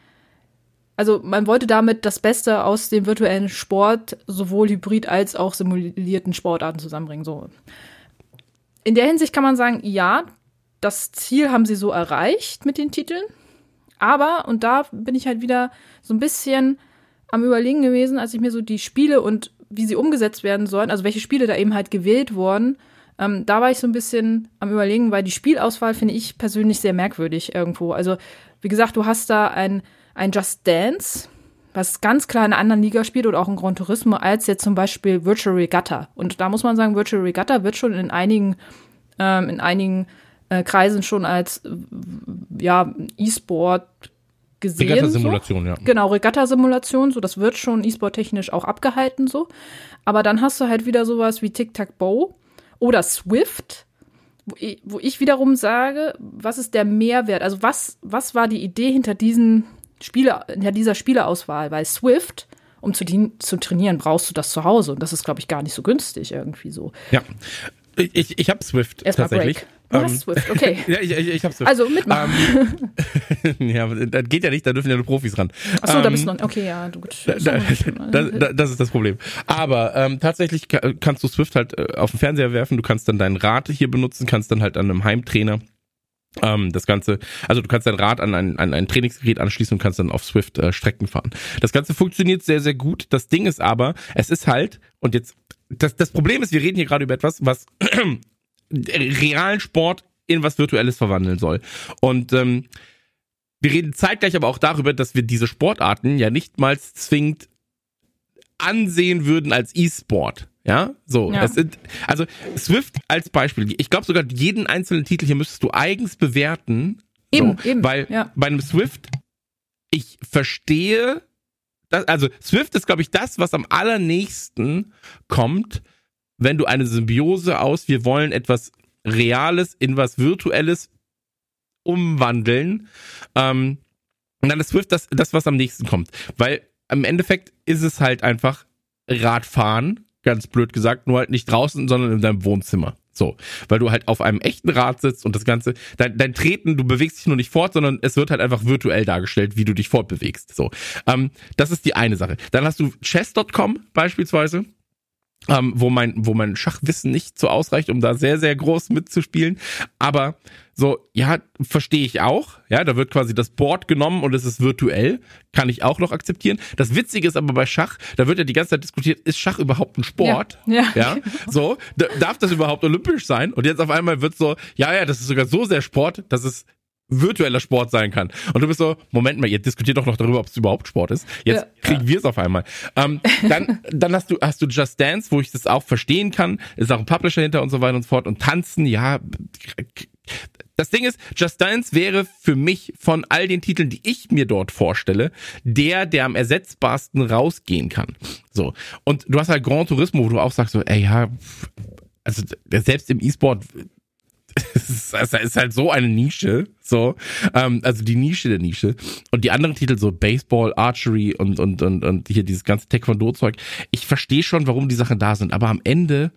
Also man wollte damit das Beste aus dem virtuellen Sport, sowohl Hybrid als auch simulierten Sportarten zusammenbringen. So. In der Hinsicht kann man sagen, ja, das Ziel haben sie so erreicht mit den Titeln. Aber, und da bin ich halt wieder so ein bisschen am Überlegen gewesen, als ich mir so die Spiele und wie sie umgesetzt werden sollen, also welche Spiele da eben halt gewählt wurden, Ähm, da war ich so ein bisschen am Überlegen, weil die Spielauswahl finde ich persönlich sehr merkwürdig irgendwo. Also, wie gesagt, du hast da ein, ein Just Dance, was ganz klar in einer anderen Liga spielt oder auch ein Gran Turismo, als jetzt zum Beispiel Virtual Regatta. Und da muss man sagen, Virtual Regatta wird schon in einigen, ähm, in einigen äh, Kreisen schon als ja, E-Sport gesehen. Regatta-Simulation, so. ja. Genau, Regatta-Simulation, so, das wird schon E-Sport-technisch auch abgehalten, so. Aber dann hast du halt wieder sowas wie Tic-Tac-Bow oder Swift, wo ich, wo ich wiederum sage, was ist der Mehrwert? Also was, was war die Idee hinter diesen Spiele, hinter dieser Spieleauswahl? Weil Swift, um zu, dien- zu trainieren, brauchst du das zu Hause. Und das ist, glaube ich, gar nicht so günstig irgendwie so. Ja, ich, ich habe Swift Erst mal tatsächlich. Break. Du ähm, hast Swift, okay. ja, ich, ich, ich habe Swift. Also mitmachen. Ähm, ja, das geht ja nicht, da dürfen ja nur Profis ran. Ach so, ähm, da bist du noch, okay, ja, du gut. Da, da, da, das ist das Problem. Aber ähm, tatsächlich kannst du Swift halt äh, auf den Fernseher werfen, du kannst dann dein Rad hier benutzen, kannst dann halt an einem Heimtrainer ähm, das Ganze, also du kannst dein Rad an ein, an ein Trainingsgerät anschließen und kannst dann auf Swift äh, Strecken fahren. Das Ganze funktioniert sehr, sehr gut. Das Ding ist aber, es ist halt, und jetzt, das, das Problem ist, wir reden hier gerade über etwas, was realen Sport in was Virtuelles verwandeln soll. Und ähm, wir reden zeitgleich aber auch darüber, dass wir diese Sportarten ja nicht mal zwingend ansehen würden als E-Sport. Ja, so. Ja. Es sind, also Swift als Beispiel. Ich glaube sogar jeden einzelnen Titel hier müsstest du eigens bewerten. Eben, so, eben. Weil ja. bei einem Swift, ich verstehe, das, also Swift ist, glaube ich, das, was am allernächsten kommt wenn du eine Symbiose aus, wir wollen etwas Reales in was Virtuelles umwandeln, ähm, und dann ist Swift das, das, was am nächsten kommt. Weil im Endeffekt ist es halt einfach Radfahren, ganz blöd gesagt, nur halt nicht draußen, sondern in deinem Wohnzimmer. So, weil du halt auf einem echten Rad sitzt und das Ganze, dein, dein Treten, du bewegst dich nur nicht fort, sondern es wird halt einfach virtuell dargestellt, wie du dich fortbewegst. So, ähm, das ist die eine Sache. Dann hast du chess Punkt com beispielsweise, ähm, wo mein, wo mein Schachwissen nicht so ausreicht, um da sehr, sehr groß mitzuspielen. Aber so, ja, verstehe ich auch. Ja, da wird quasi das Board genommen und es ist virtuell. Kann ich auch noch akzeptieren. Das Witzige ist aber bei Schach, da wird ja die ganze Zeit diskutiert, ist Schach überhaupt ein Sport? Ja. ja. ja so, d- darf das überhaupt olympisch sein? Und jetzt auf einmal wird so, ja, ja, das ist sogar so sehr Sport, dass es virtueller Sport sein kann. Und du bist so, Moment mal, ihr diskutiert doch noch darüber, ob es überhaupt Sport ist. Jetzt ja. kriegen wir es auf einmal. Ähm, dann dann hast du hast du Just Dance, wo ich das auch verstehen kann. Ist auch ein Publisher hinter und so weiter und so fort. Und Tanzen, ja. Das Ding ist, Just Dance wäre für mich von all den Titeln, die ich mir dort vorstelle, der, der am ersetzbarsten rausgehen kann. So. Und du hast halt Gran Turismo, wo du auch sagst so, ey, ja, also selbst im E-Sport es ist halt so eine Nische, so, ähm, also die Nische der Nische. Und die anderen Titel, so Baseball, Archery und, und, und, und hier dieses ganze Taekwondo-Zeug, ich verstehe schon, warum die Sachen da sind, aber am Ende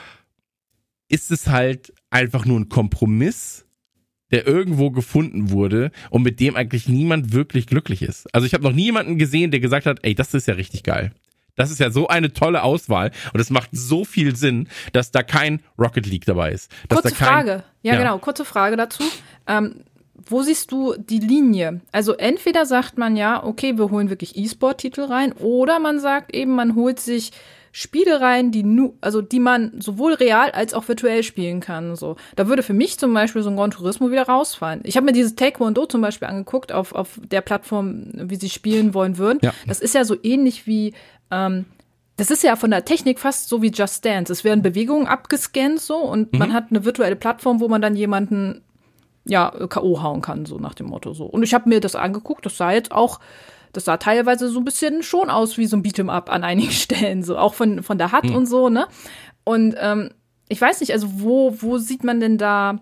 ist es halt einfach nur ein Kompromiss, der irgendwo gefunden wurde und mit dem eigentlich niemand wirklich glücklich ist. Also ich habe noch nie jemanden gesehen, der gesagt hat, ey, das ist ja richtig geil. Das ist ja so eine tolle Auswahl und es macht so viel Sinn, dass da kein Rocket League dabei ist. Dass kurze da kein, Frage, ja, ja genau, kurze Frage dazu. Ähm, wo siehst du die Linie? Also entweder sagt man ja, okay, wir holen wirklich E-Sport-Titel rein, oder man sagt eben, man holt sich Spiele rein, die nu, also die man sowohl real als auch virtuell spielen kann. So, da würde für mich zum Beispiel so ein Gran Turismo wieder rausfallen. Ich habe mir dieses Taekwondo zum Beispiel angeguckt auf auf der Plattform, wie sie spielen wollen würden. Ja. Das ist ja so ähnlich wie ähm, das ist ja von der Technik fast so wie Just Dance. Es werden Bewegungen abgescannt so und mhm. man hat eine virtuelle Plattform, wo man dann jemanden ja K O hauen kann, so nach dem Motto so. Und ich habe mir das angeguckt. Das sah jetzt auch Das sah teilweise so ein bisschen schon aus wie so ein Beat'em-up an einigen Stellen, so auch von von der H U D mhm. und so, ne? Und ähm, ich weiß nicht, also wo wo sieht man denn da,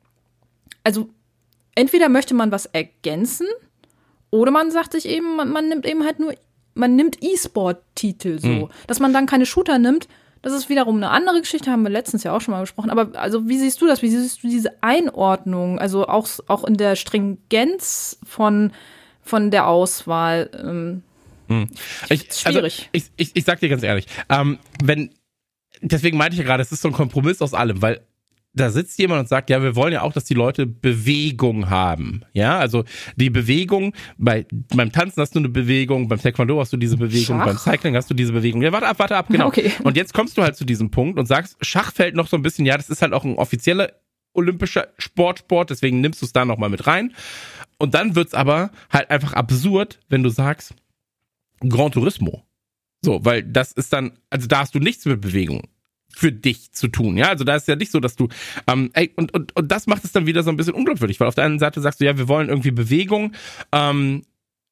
also entweder möchte man was ergänzen oder man sagt sich eben, man, man nimmt eben halt nur, man nimmt E-Sport-Titel so, mhm. dass man dann keine Shooter nimmt. Das ist wiederum eine andere Geschichte, haben wir letztens ja auch schon mal besprochen. Aber also wie siehst du das? Wie siehst du diese Einordnung? Also auch auch in der Stringenz von von der Auswahl. Ähm, hm. ich, schwierig. Also ich, ich, ich sag dir ganz ehrlich, ähm, wenn, deswegen meinte ich ja gerade, es ist so ein Kompromiss aus allem, weil da sitzt jemand und sagt, ja, wir wollen ja auch, dass die Leute Bewegung haben. Ja, also die Bewegung, bei, beim Tanzen hast du eine Bewegung, beim Taekwondo hast du diese Bewegung, Schach? Beim Cycling hast du diese Bewegung. Ja, warte ab, warte ab, genau. Okay. Und jetzt kommst du halt zu diesem Punkt und sagst, Schach fällt noch so ein bisschen, ja, das ist halt auch ein offizieller olympischer Sportsport, deswegen nimmst du es da nochmal mit rein. Und dann wird's aber halt einfach absurd, wenn du sagst, Gran Turismo. So, weil das ist dann, also da hast du nichts mit Bewegung für dich zu tun, ja, also da ist ja nicht so, dass du, ähm, ey, und, und, und das macht es dann wieder so ein bisschen unglaubwürdig, weil auf der einen Seite sagst du, ja, wir wollen irgendwie Bewegung, ähm,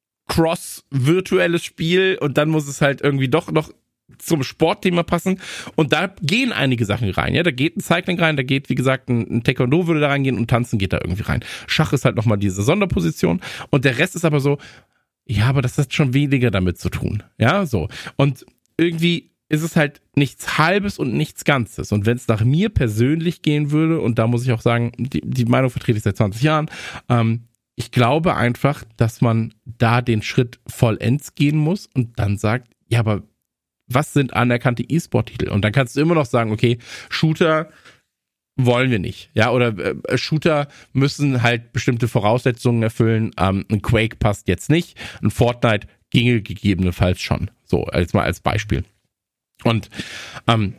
cross-virtuelles Spiel und dann muss es halt irgendwie doch noch zum Sportthema passen und da gehen einige Sachen rein, ja, da geht ein Cycling rein, da geht, wie gesagt, ein, ein Taekwondo würde da reingehen und Tanzen geht da irgendwie rein. Schach ist halt nochmal diese Sonderposition und der Rest ist aber so, ja, aber das hat schon weniger damit zu tun, ja, so. Und irgendwie ist es halt nichts Halbes und nichts Ganzes. Und wenn es nach mir persönlich gehen würde, und da muss ich auch sagen, die, die Meinung vertrete ich seit zwanzig Jahren, ähm, ich glaube einfach, dass man da den Schritt vollends gehen muss und dann sagt, ja, aber was sind anerkannte E-Sport-Titel? Und dann kannst du immer noch sagen, okay, Shooter wollen wir nicht. Ja, oder äh, Shooter müssen halt bestimmte Voraussetzungen erfüllen. Ähm, ein Quake passt jetzt nicht. Ein Fortnite ginge gegebenenfalls schon. So, als mal als Beispiel. Und ähm,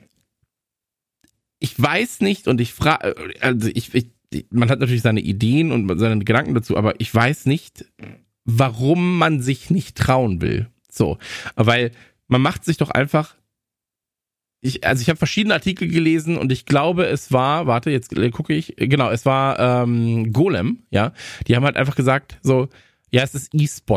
ich weiß nicht und ich frage, also ich, ich, man hat natürlich seine Ideen und seine Gedanken dazu, aber ich weiß nicht, warum man sich nicht trauen will. So, weil man macht sich doch einfach, ich, also ich habe verschiedene Artikel gelesen und ich glaube, es war, warte, jetzt gucke ich, genau, es war ähm, Golem, ja, die haben halt einfach gesagt, so, ja, es ist E-Sport.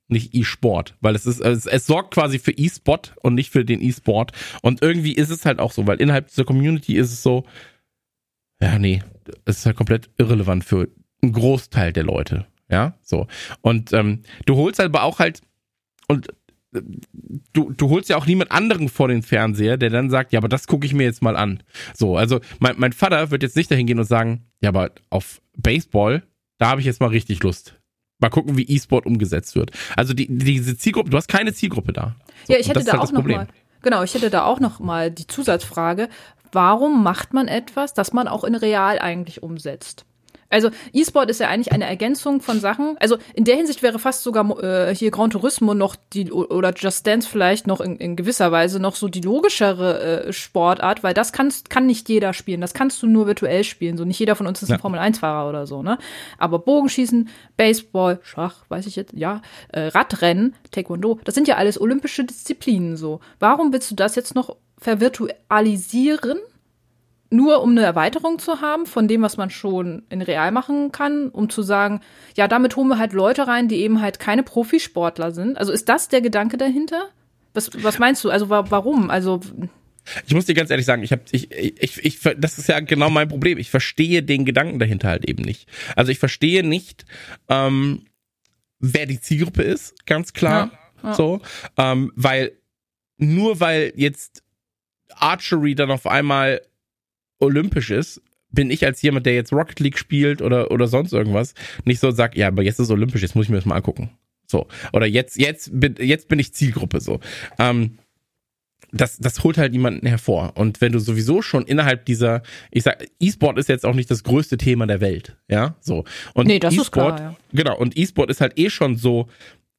nicht E-Sport, weil es ist, es, es sorgt quasi für E-Spot und nicht für den E-Sport. Und irgendwie ist es halt auch so, weil innerhalb dieser Community ist es so, ja, nee, es ist halt komplett irrelevant für einen Großteil der Leute. Ja, so. Und ähm, du holst aber auch halt, und äh, du, du holst ja auch niemand anderen vor den Fernseher, der dann sagt, ja, aber das gucke ich mir jetzt mal an. So, also mein, mein Vater wird jetzt nicht dahin gehen und sagen, ja, aber auf Baseball, da habe ich jetzt mal richtig Lust. Mal gucken, wie E-Sport umgesetzt wird. Also die, diese Zielgruppe, du hast keine Zielgruppe da. So, ja, ich hätte da halt auch noch mal, genau, ich hätte da auch noch mal die Zusatzfrage, warum macht man etwas, das man auch in real eigentlich umsetzt? Also E-Sport ist ja eigentlich eine Ergänzung von Sachen. Also in der Hinsicht wäre fast sogar äh, hier Gran Turismo noch die, oder Just Dance vielleicht noch in, in gewisser Weise noch so die logischere äh, Sportart, weil das kannst, kann nicht jeder spielen. Das kannst du nur virtuell spielen. So nicht jeder von uns ist ein ja. Formel eins Fahrer oder so, ne? Aber Bogenschießen, Baseball, Schach, weiß ich jetzt, ja, äh, Radrennen, Taekwondo, das sind ja alles olympische Disziplinen so. Warum willst du das jetzt noch vervirtualisieren? Nur um eine Erweiterung zu haben von dem, was man schon in real machen kann, um zu sagen, ja, damit holen wir halt Leute rein, die eben halt keine Profisportler sind. Also ist das der Gedanke dahinter? Was, was meinst du? Also wa- warum? Also ich muss dir ganz ehrlich sagen, ich habe, ich, ich, ich, das ist ja genau mein Problem. Ich verstehe den Gedanken dahinter halt eben nicht. Also ich verstehe nicht, ähm, wer die Zielgruppe ist, ganz klar, ja, ja. so, ähm, weil nur weil jetzt Archery dann auf einmal olympisch ist, bin ich als jemand, der jetzt Rocket League spielt oder oder sonst irgendwas, nicht so sagt, ja, aber jetzt ist olympisch, jetzt muss ich mir das mal angucken. So. Oder jetzt, jetzt bin, jetzt bin ich Zielgruppe, so. Ähm, das, das holt halt niemanden hervor. Und wenn du sowieso schon innerhalb dieser, ich sag, E-Sport ist jetzt auch nicht das größte Thema der Welt, ja, so. Und nee, das E-Sport, ist klar, ja. Genau, und E-Sport ist halt eh schon so,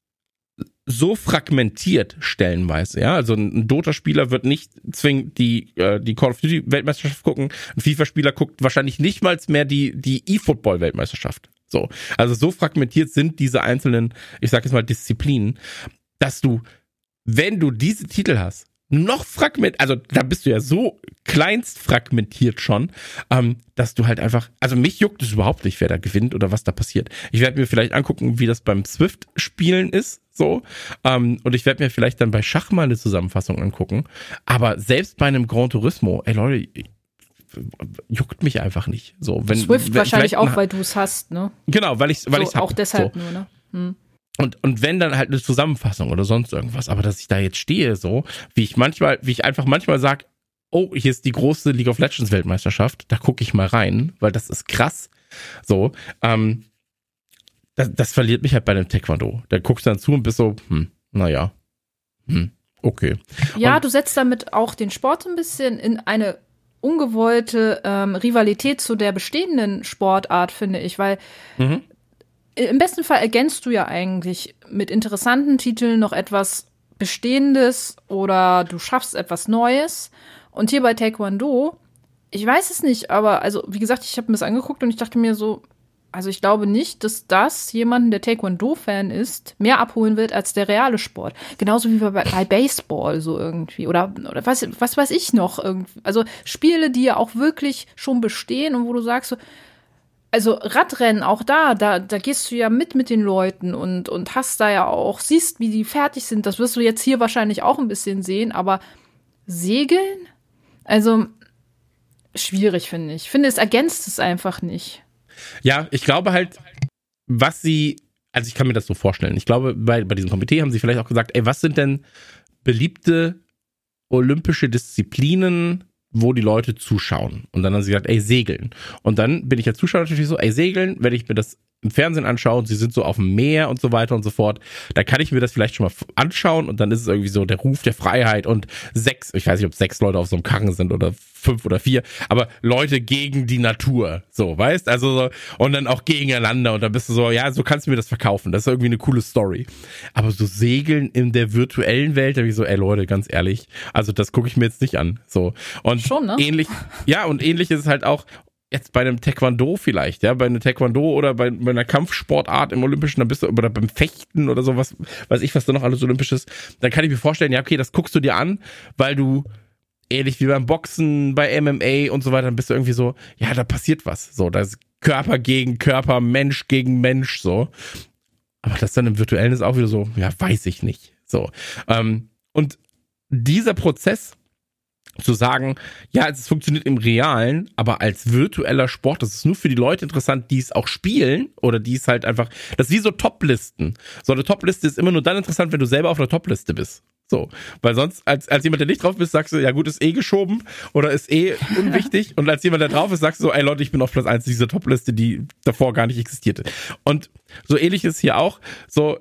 so fragmentiert stellenweise, ja, also ein Dota-Spieler wird nicht zwingend die äh, die Call of Duty Weltmeisterschaft gucken, ein FIFA-Spieler guckt wahrscheinlich nicht mal mehr die die E-Football Weltmeisterschaft. So, also so fragmentiert sind diese einzelnen, ich sag jetzt mal Disziplinen, dass du, wenn du diese Titel hast, noch fragment, also da bist du ja so kleinst fragmentiert schon, ähm, dass du halt einfach, also mich juckt es überhaupt nicht, wer da gewinnt oder was da passiert. Ich werde mir vielleicht angucken, wie das beim Swift-Spielen ist, so, ähm, und ich werde mir vielleicht dann bei Schach mal eine Zusammenfassung angucken, aber selbst bei einem Gran Turismo, ey Leute, juckt mich einfach nicht. So, wenn, Swift wenn, wahrscheinlich auch, weil du es hast, ne? Genau, weil ich weil so, ich hab, auch deshalb so. nur, ne? Hm. Und, und wenn dann halt eine Zusammenfassung oder sonst irgendwas, aber dass ich da jetzt stehe, so, wie ich manchmal, wie ich einfach manchmal sag, oh, hier ist die große League of Legends Weltmeisterschaft, da gucke ich mal rein, weil das ist krass. So, ähm, das, das verliert mich halt bei dem Taekwondo. Da guckst du dann zu und bist so, hm, naja, hm, okay. Ja, und, du setzt damit auch den Sport so ein bisschen in eine ungewollte ähm, Rivalität zu der bestehenden Sportart, finde ich, weil mhm. im besten Fall ergänzt du ja eigentlich mit interessanten Titeln noch etwas Bestehendes oder du schaffst etwas Neues. Und hier bei Taekwondo, ich weiß es nicht, aber also wie gesagt, ich habe mir das angeguckt und ich dachte mir so, also ich glaube nicht, dass das jemanden, der Taekwondo-Fan ist, mehr abholen wird als der reale Sport. Genauso wie bei, bei Baseball so irgendwie oder, oder was, was weiß ich noch. Irgendwie. Also Spiele, die ja auch wirklich schon bestehen und wo du sagst so, also Radrennen, auch da, da, da gehst du ja mit mit den Leuten und, und hast da ja auch, siehst, wie die fertig sind. Das wirst du jetzt hier wahrscheinlich auch ein bisschen sehen, aber Segeln? Also schwierig, finde ich. Ich finde, es ergänzt es einfach nicht. Ja, ich glaube halt, was sie, also ich kann mir das so vorstellen, ich glaube, bei, bei diesem Komitee haben sie vielleicht auch gesagt, ey, was sind denn beliebte olympische Disziplinen, wo die Leute zuschauen? Und dann haben sie gesagt, ey, Segeln. Und dann bin ich als Zuschauer natürlich so, ey, Segeln, wenn ich mir das im Fernsehen anschaue und sie sind so auf dem Meer und so weiter und so fort, da kann ich mir das vielleicht schon mal anschauen und dann ist es irgendwie so der Ruf der Freiheit und sechs, ich weiß nicht, ob sechs Leute auf so einem Karren sind oder fünf oder vier, aber Leute gegen die Natur, so, weißt, also so, und dann auch gegeneinander und dann bist du so, ja, so kannst du mir das verkaufen, das ist irgendwie eine coole Story. Aber so Segeln in der virtuellen Welt, da bin ich so, ey Leute, ganz ehrlich, also das gucke ich mir jetzt nicht an, so. Und schon, ne? ähnlich, ja, und ähnlich ist es halt auch jetzt bei einem Taekwondo vielleicht, ja, bei einem Taekwondo oder bei, bei einer Kampfsportart im Olympischen, dann bist du, oder beim Fechten oder sowas, weiß ich, was da noch alles Olympisch ist, dann kann ich mir vorstellen, ja, okay, das guckst du dir an, weil du, ähnlich wie beim Boxen, bei M M A und so weiter, dann bist du irgendwie so, ja, da passiert was, so, da ist Körper gegen Körper, Mensch gegen Mensch, so. Aber das dann im Virtuellen ist auch wieder so, ja, weiß ich nicht. So. Ähm, und dieser Prozess zu sagen, ja, es funktioniert im Realen, aber als virtueller Sport, das ist nur für die Leute interessant, die es auch spielen oder die es halt einfach, das ist wie so Top-Listen. So eine Top-Liste ist immer nur dann interessant, wenn du selber auf einer Top-Liste bist. So, weil sonst, als, als jemand, der nicht drauf bist, sagst du, ja gut, ist eh geschoben oder ist eh unwichtig. Und als jemand, der drauf ist, sagst du so, ey Leute, ich bin auf Platz eins dieser Top-Liste, die davor gar nicht existierte. Und so ähnlich ist hier auch, so,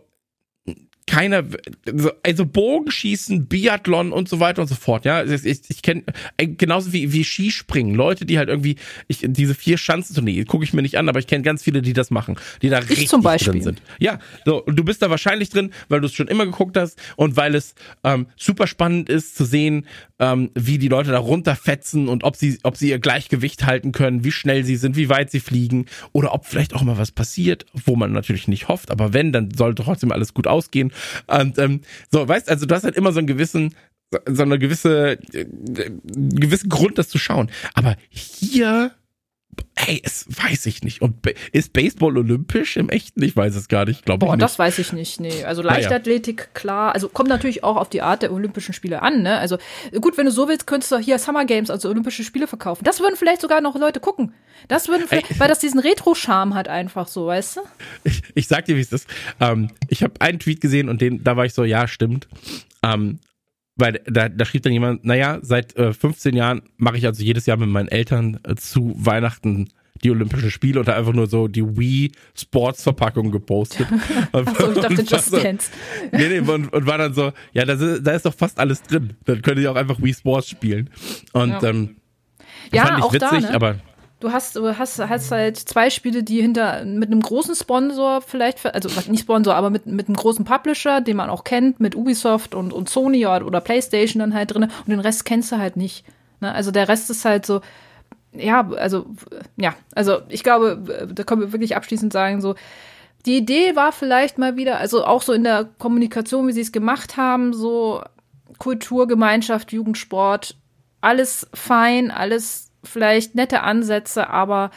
keiner, also Bogenschießen, Biathlon und so weiter und so fort, ja. Ich, ich, ich kenne, genauso wie, wie Skispringen, Leute, die halt irgendwie, ich, diese vier Schanzentournee, gucke ich mir nicht an, aber ich kenne ganz viele, die das machen, die da ich richtig zum Beispiel. drin sind. Ja, so, und du bist da wahrscheinlich drin, weil du es schon immer geguckt hast und weil es ähm, super spannend ist zu sehen, ähm, wie die Leute da runterfetzen und ob sie, ob sie ihr Gleichgewicht halten können, wie schnell sie sind, wie weit sie fliegen oder ob vielleicht auch mal was passiert, wo man natürlich nicht hofft, aber wenn, dann sollte trotzdem alles gut ausgehen. Und ähm, so, weißt, also du hast halt immer so einen gewissen, so eine gewisse, äh, gewissen Grund, das zu schauen. Aber hier, hey, es weiß ich nicht. Und ist Baseball olympisch im Echten? Ich weiß es gar nicht, glaube ich Boah, nicht. das weiß ich nicht, nee. Also Leichtathletik, naja. Klar. Also kommt natürlich auch auf die Art der Olympischen Spiele an, ne? Also gut, wenn du so willst, könntest du hier Summer Games, also Olympische Spiele verkaufen. Das würden vielleicht sogar noch Leute gucken. Das würden vielleicht, hey. Weil das diesen Retro-Charme hat einfach so, weißt du? Ich, ich sag dir, wie es ist. Ähm, ich habe einen Tweet gesehen und den, da war ich so, ja, stimmt. Ähm, Weil da, da schrieb dann jemand, naja, seit äh, fünfzehn Jahren mache ich also jedes Jahr mit meinen Eltern äh, zu Weihnachten die Olympischen Spiele und da einfach nur so die Wii-Sports-Verpackung gepostet. Achso, ich dachte Just so, Dance. Nee, nee, und, und war dann so, ja, da ist, da ist doch fast alles drin. Dann könnt ihr auch einfach Wii Sports spielen. Und ja, ähm, ja fand ich auch witzig, da, ne? aber... Du hast, du hast, hast halt zwei Spiele, die hinter mit einem großen Sponsor vielleicht, also nicht Sponsor, aber mit, mit einem großen Publisher, den man auch kennt, mit Ubisoft und, und Sony oder, oder PlayStation dann halt drin und den Rest kennst du halt nicht. Ne? Also der Rest ist halt so, ja, also, ja, also ich glaube, da können wir wirklich abschließend sagen, so, die Idee war vielleicht mal wieder, also auch so in der Kommunikation, wie sie es gemacht haben, so Kultur, Gemeinschaft, Jugendsport, alles fein, alles vielleicht nette Ansätze, aber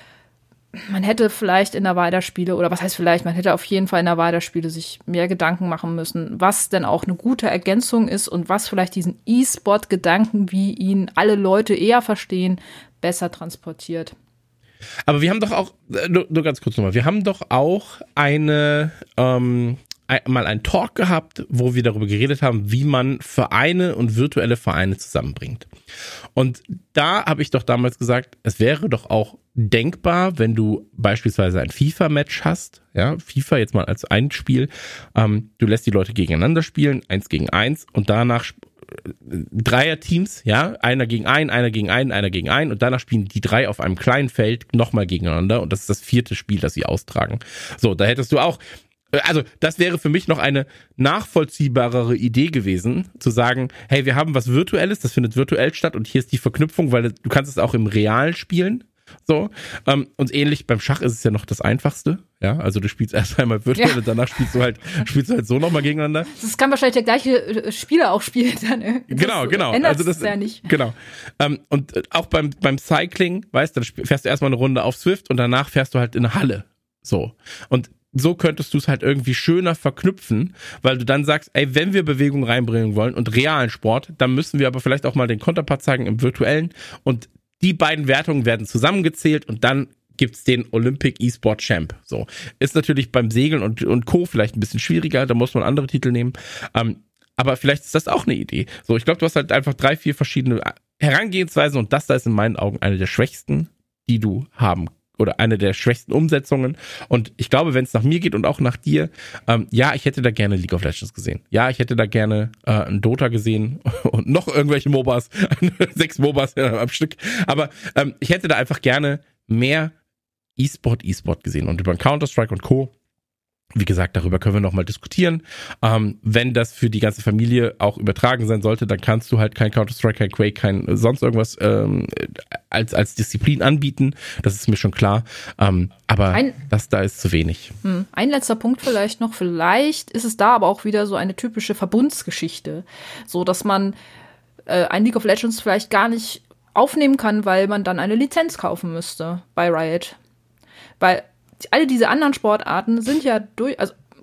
man hätte vielleicht in der Wahl der Spiele, oder was heißt vielleicht, man hätte auf jeden Fall in der Wahl der Spiele sich mehr Gedanken machen müssen, was denn auch eine gute Ergänzung ist und was vielleicht diesen E-Sport-Gedanken, wie ihn alle Leute eher verstehen, besser transportiert. Aber wir haben doch auch, nur, nur ganz kurz nochmal, wir haben doch auch eine, ähm, mal einen Talk gehabt, wo wir darüber geredet haben, wie man Vereine und virtuelle Vereine zusammenbringt. Und da habe ich doch damals gesagt, es wäre doch auch denkbar, wenn du beispielsweise ein FIFA-Match hast, ja, FIFA jetzt mal als ein Spiel, ähm, du lässt die Leute gegeneinander spielen, eins gegen eins und danach Dreier-Teams, ja, einer gegen einen, einer gegen einen, einer gegen einen und danach spielen die drei auf einem kleinen Feld nochmal gegeneinander und das ist das vierte Spiel, das sie austragen. So, da hättest du auch, also das wäre für mich noch eine nachvollziehbarere Idee gewesen, zu sagen, hey, wir haben was Virtuelles, das findet virtuell statt und hier ist die Verknüpfung, weil du kannst es auch im Real spielen. So, ähm, und ähnlich beim Schach ist es ja noch das Einfachste, ja, also du spielst erst einmal virtuell ja. und danach spielst du halt, spielst du halt so nochmal gegeneinander. Das kann wahrscheinlich der gleiche Spieler auch spielen dann. Das genau, genau. Ändert also das es ja nicht. Genau. Ähm, und auch beim, beim Cycling, weißt du, dann fährst du erstmal eine Runde auf Swift und danach fährst du halt in eine Halle. So. Und so könntest du es halt irgendwie schöner verknüpfen, weil du dann sagst, ey, wenn wir Bewegung reinbringen wollen und realen Sport, dann müssen wir aber vielleicht auch mal den Konterpart zeigen im virtuellen und die beiden Wertungen werden zusammengezählt und dann gibt's den Olympic E-Sport Champ. So. Ist natürlich beim Segeln und, und Co. vielleicht ein bisschen schwieriger, da muss man andere Titel nehmen. Ähm, aber vielleicht ist das auch eine Idee. So, ich glaube, du hast halt einfach drei, vier verschiedene Herangehensweisen und das da ist in meinen Augen eine der schwächsten, die du haben kannst. Oder eine der schwächsten Umsetzungen. Und ich glaube, wenn es nach mir geht und auch nach dir, ähm, ja, ich hätte da gerne League of Legends gesehen. Ja, ich hätte da gerne äh, ein Dota gesehen und noch irgendwelche MOBAs, sechs MOBAs ja, am Stück. Aber ähm, ich hätte da einfach gerne mehr E-Sport, E-Sport gesehen. Und über Counter-Strike und Co., wie gesagt, darüber können wir nochmal diskutieren. Ähm, wenn das für die ganze Familie auch übertragen sein sollte, dann kannst du halt kein Counter-Strike, kein Quake, kein sonst irgendwas ähm, als als Disziplin anbieten. Das ist mir schon klar. Ähm, aber ein, das da ist zu wenig. Ein letzter Punkt vielleicht noch. Vielleicht ist es da aber auch wieder so eine typische Verbundsgeschichte. So, dass man äh, ein League of Legends vielleicht gar nicht aufnehmen kann, weil man dann eine Lizenz kaufen müsste bei Riot. Weil alle diese anderen Sportarten sind ja durch, also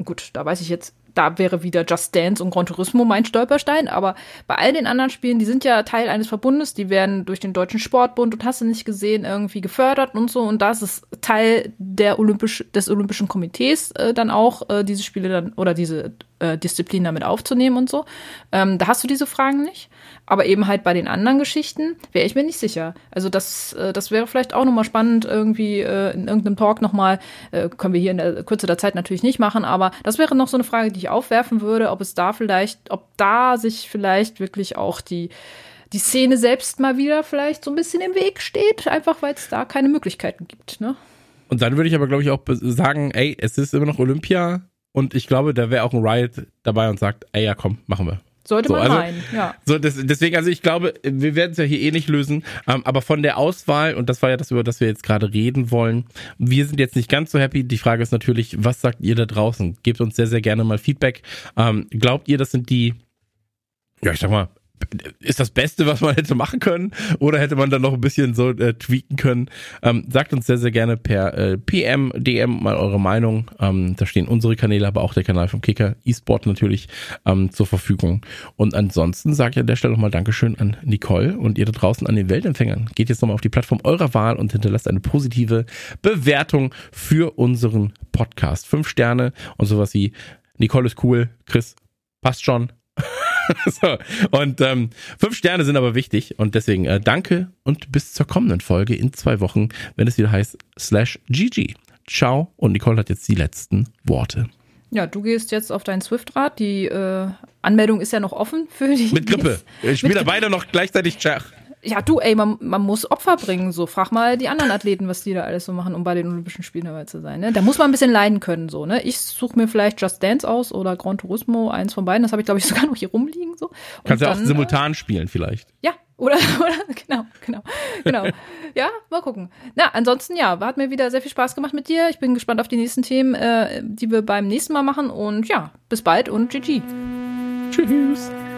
gut, da weiß ich jetzt, da wäre wieder Just Dance und Gran Turismo mein Stolperstein, aber bei all den anderen Spielen, die sind ja Teil eines Verbundes, die werden durch den Deutschen Sportbund und hast du nicht gesehen, irgendwie gefördert und so, und das ist Teil der Olympisch, des Olympischen Komitees äh, dann auch, äh, diese Spiele dann, oder diese äh, Disziplin damit aufzunehmen und so. Ähm, da hast du diese Fragen nicht, aber eben halt bei den anderen Geschichten wäre ich mir nicht sicher. Also das, äh, das wäre vielleicht auch nochmal spannend, irgendwie äh, in irgendeinem Talk nochmal, äh, können wir hier in der Kürze der Zeit natürlich nicht machen, aber das wäre noch so eine Frage, die ich aufwerfen würde, ob es da vielleicht, ob da sich vielleicht wirklich auch die, die Szene selbst mal wieder vielleicht so ein bisschen im Weg steht, einfach weil es da keine Möglichkeiten gibt, ne? Und dann würde ich aber, glaube ich, auch sagen, ey, es ist immer noch Olympia und ich glaube, da wäre auch ein Riot dabei und sagt, ey, ja komm, machen wir. Sollte so, man also, meinen, ja. So, das, deswegen, also ich glaube, wir werden es ja hier eh nicht lösen, ähm, aber von der Auswahl, und das war ja das, über das wir jetzt gerade reden wollen, wir sind jetzt nicht ganz so happy. Die Frage ist natürlich, was sagt ihr da draußen? Gebt uns sehr, sehr gerne mal Feedback. Ähm, glaubt ihr, das sind die, ja, ich sag mal, ist das Beste, was man hätte machen können? Oder hätte man dann noch ein bisschen so äh, tweaken können? Ähm, sagt uns sehr, sehr gerne per äh, P M, D M mal eure Meinung. Ähm, da stehen unsere Kanäle, aber auch der Kanal vom Kicker, eSport natürlich, ähm, zur Verfügung. Und ansonsten sage ich an der Stelle nochmal Dankeschön an Nicole und ihr da draußen an den Weltempfängern. Geht jetzt nochmal auf die Plattform eurer Wahl und hinterlasst eine positive Bewertung für unseren Podcast. Fünf Sterne und sowas wie Nicole ist cool, Chris passt schon. So, und ähm, fünf Sterne sind aber wichtig und deswegen äh, danke und bis zur kommenden Folge in zwei Wochen, wenn es wieder heißt Slash G G. Ciao, und Nicole hat jetzt die letzten Worte. Ja, du gehst jetzt auf dein Swift-Rad. Die äh, Anmeldung ist ja noch offen für die. Mit Grippe. Ich spiele da beide noch gleichzeitig Schach. Ja, du, ey, man, man muss Opfer bringen. So, frag mal die anderen Athleten, was die da alles so machen, um bei den Olympischen Spielen dabei zu sein. Ne? Da muss man ein bisschen leiden können. So, ne? Ich suche mir vielleicht Just Dance aus oder Gran Turismo, eins von beiden. Das habe ich, glaube ich, sogar noch hier rumliegen. So. Und kannst du ja auch dann, simultan äh, spielen vielleicht. Ja, oder, oder, genau, genau, genau. Ja, mal gucken. Na, ansonsten, ja, hat mir wieder sehr viel Spaß gemacht mit dir. Ich bin gespannt auf die nächsten Themen, äh, die wir beim nächsten Mal machen. Und ja, bis bald und G G. Tschüss.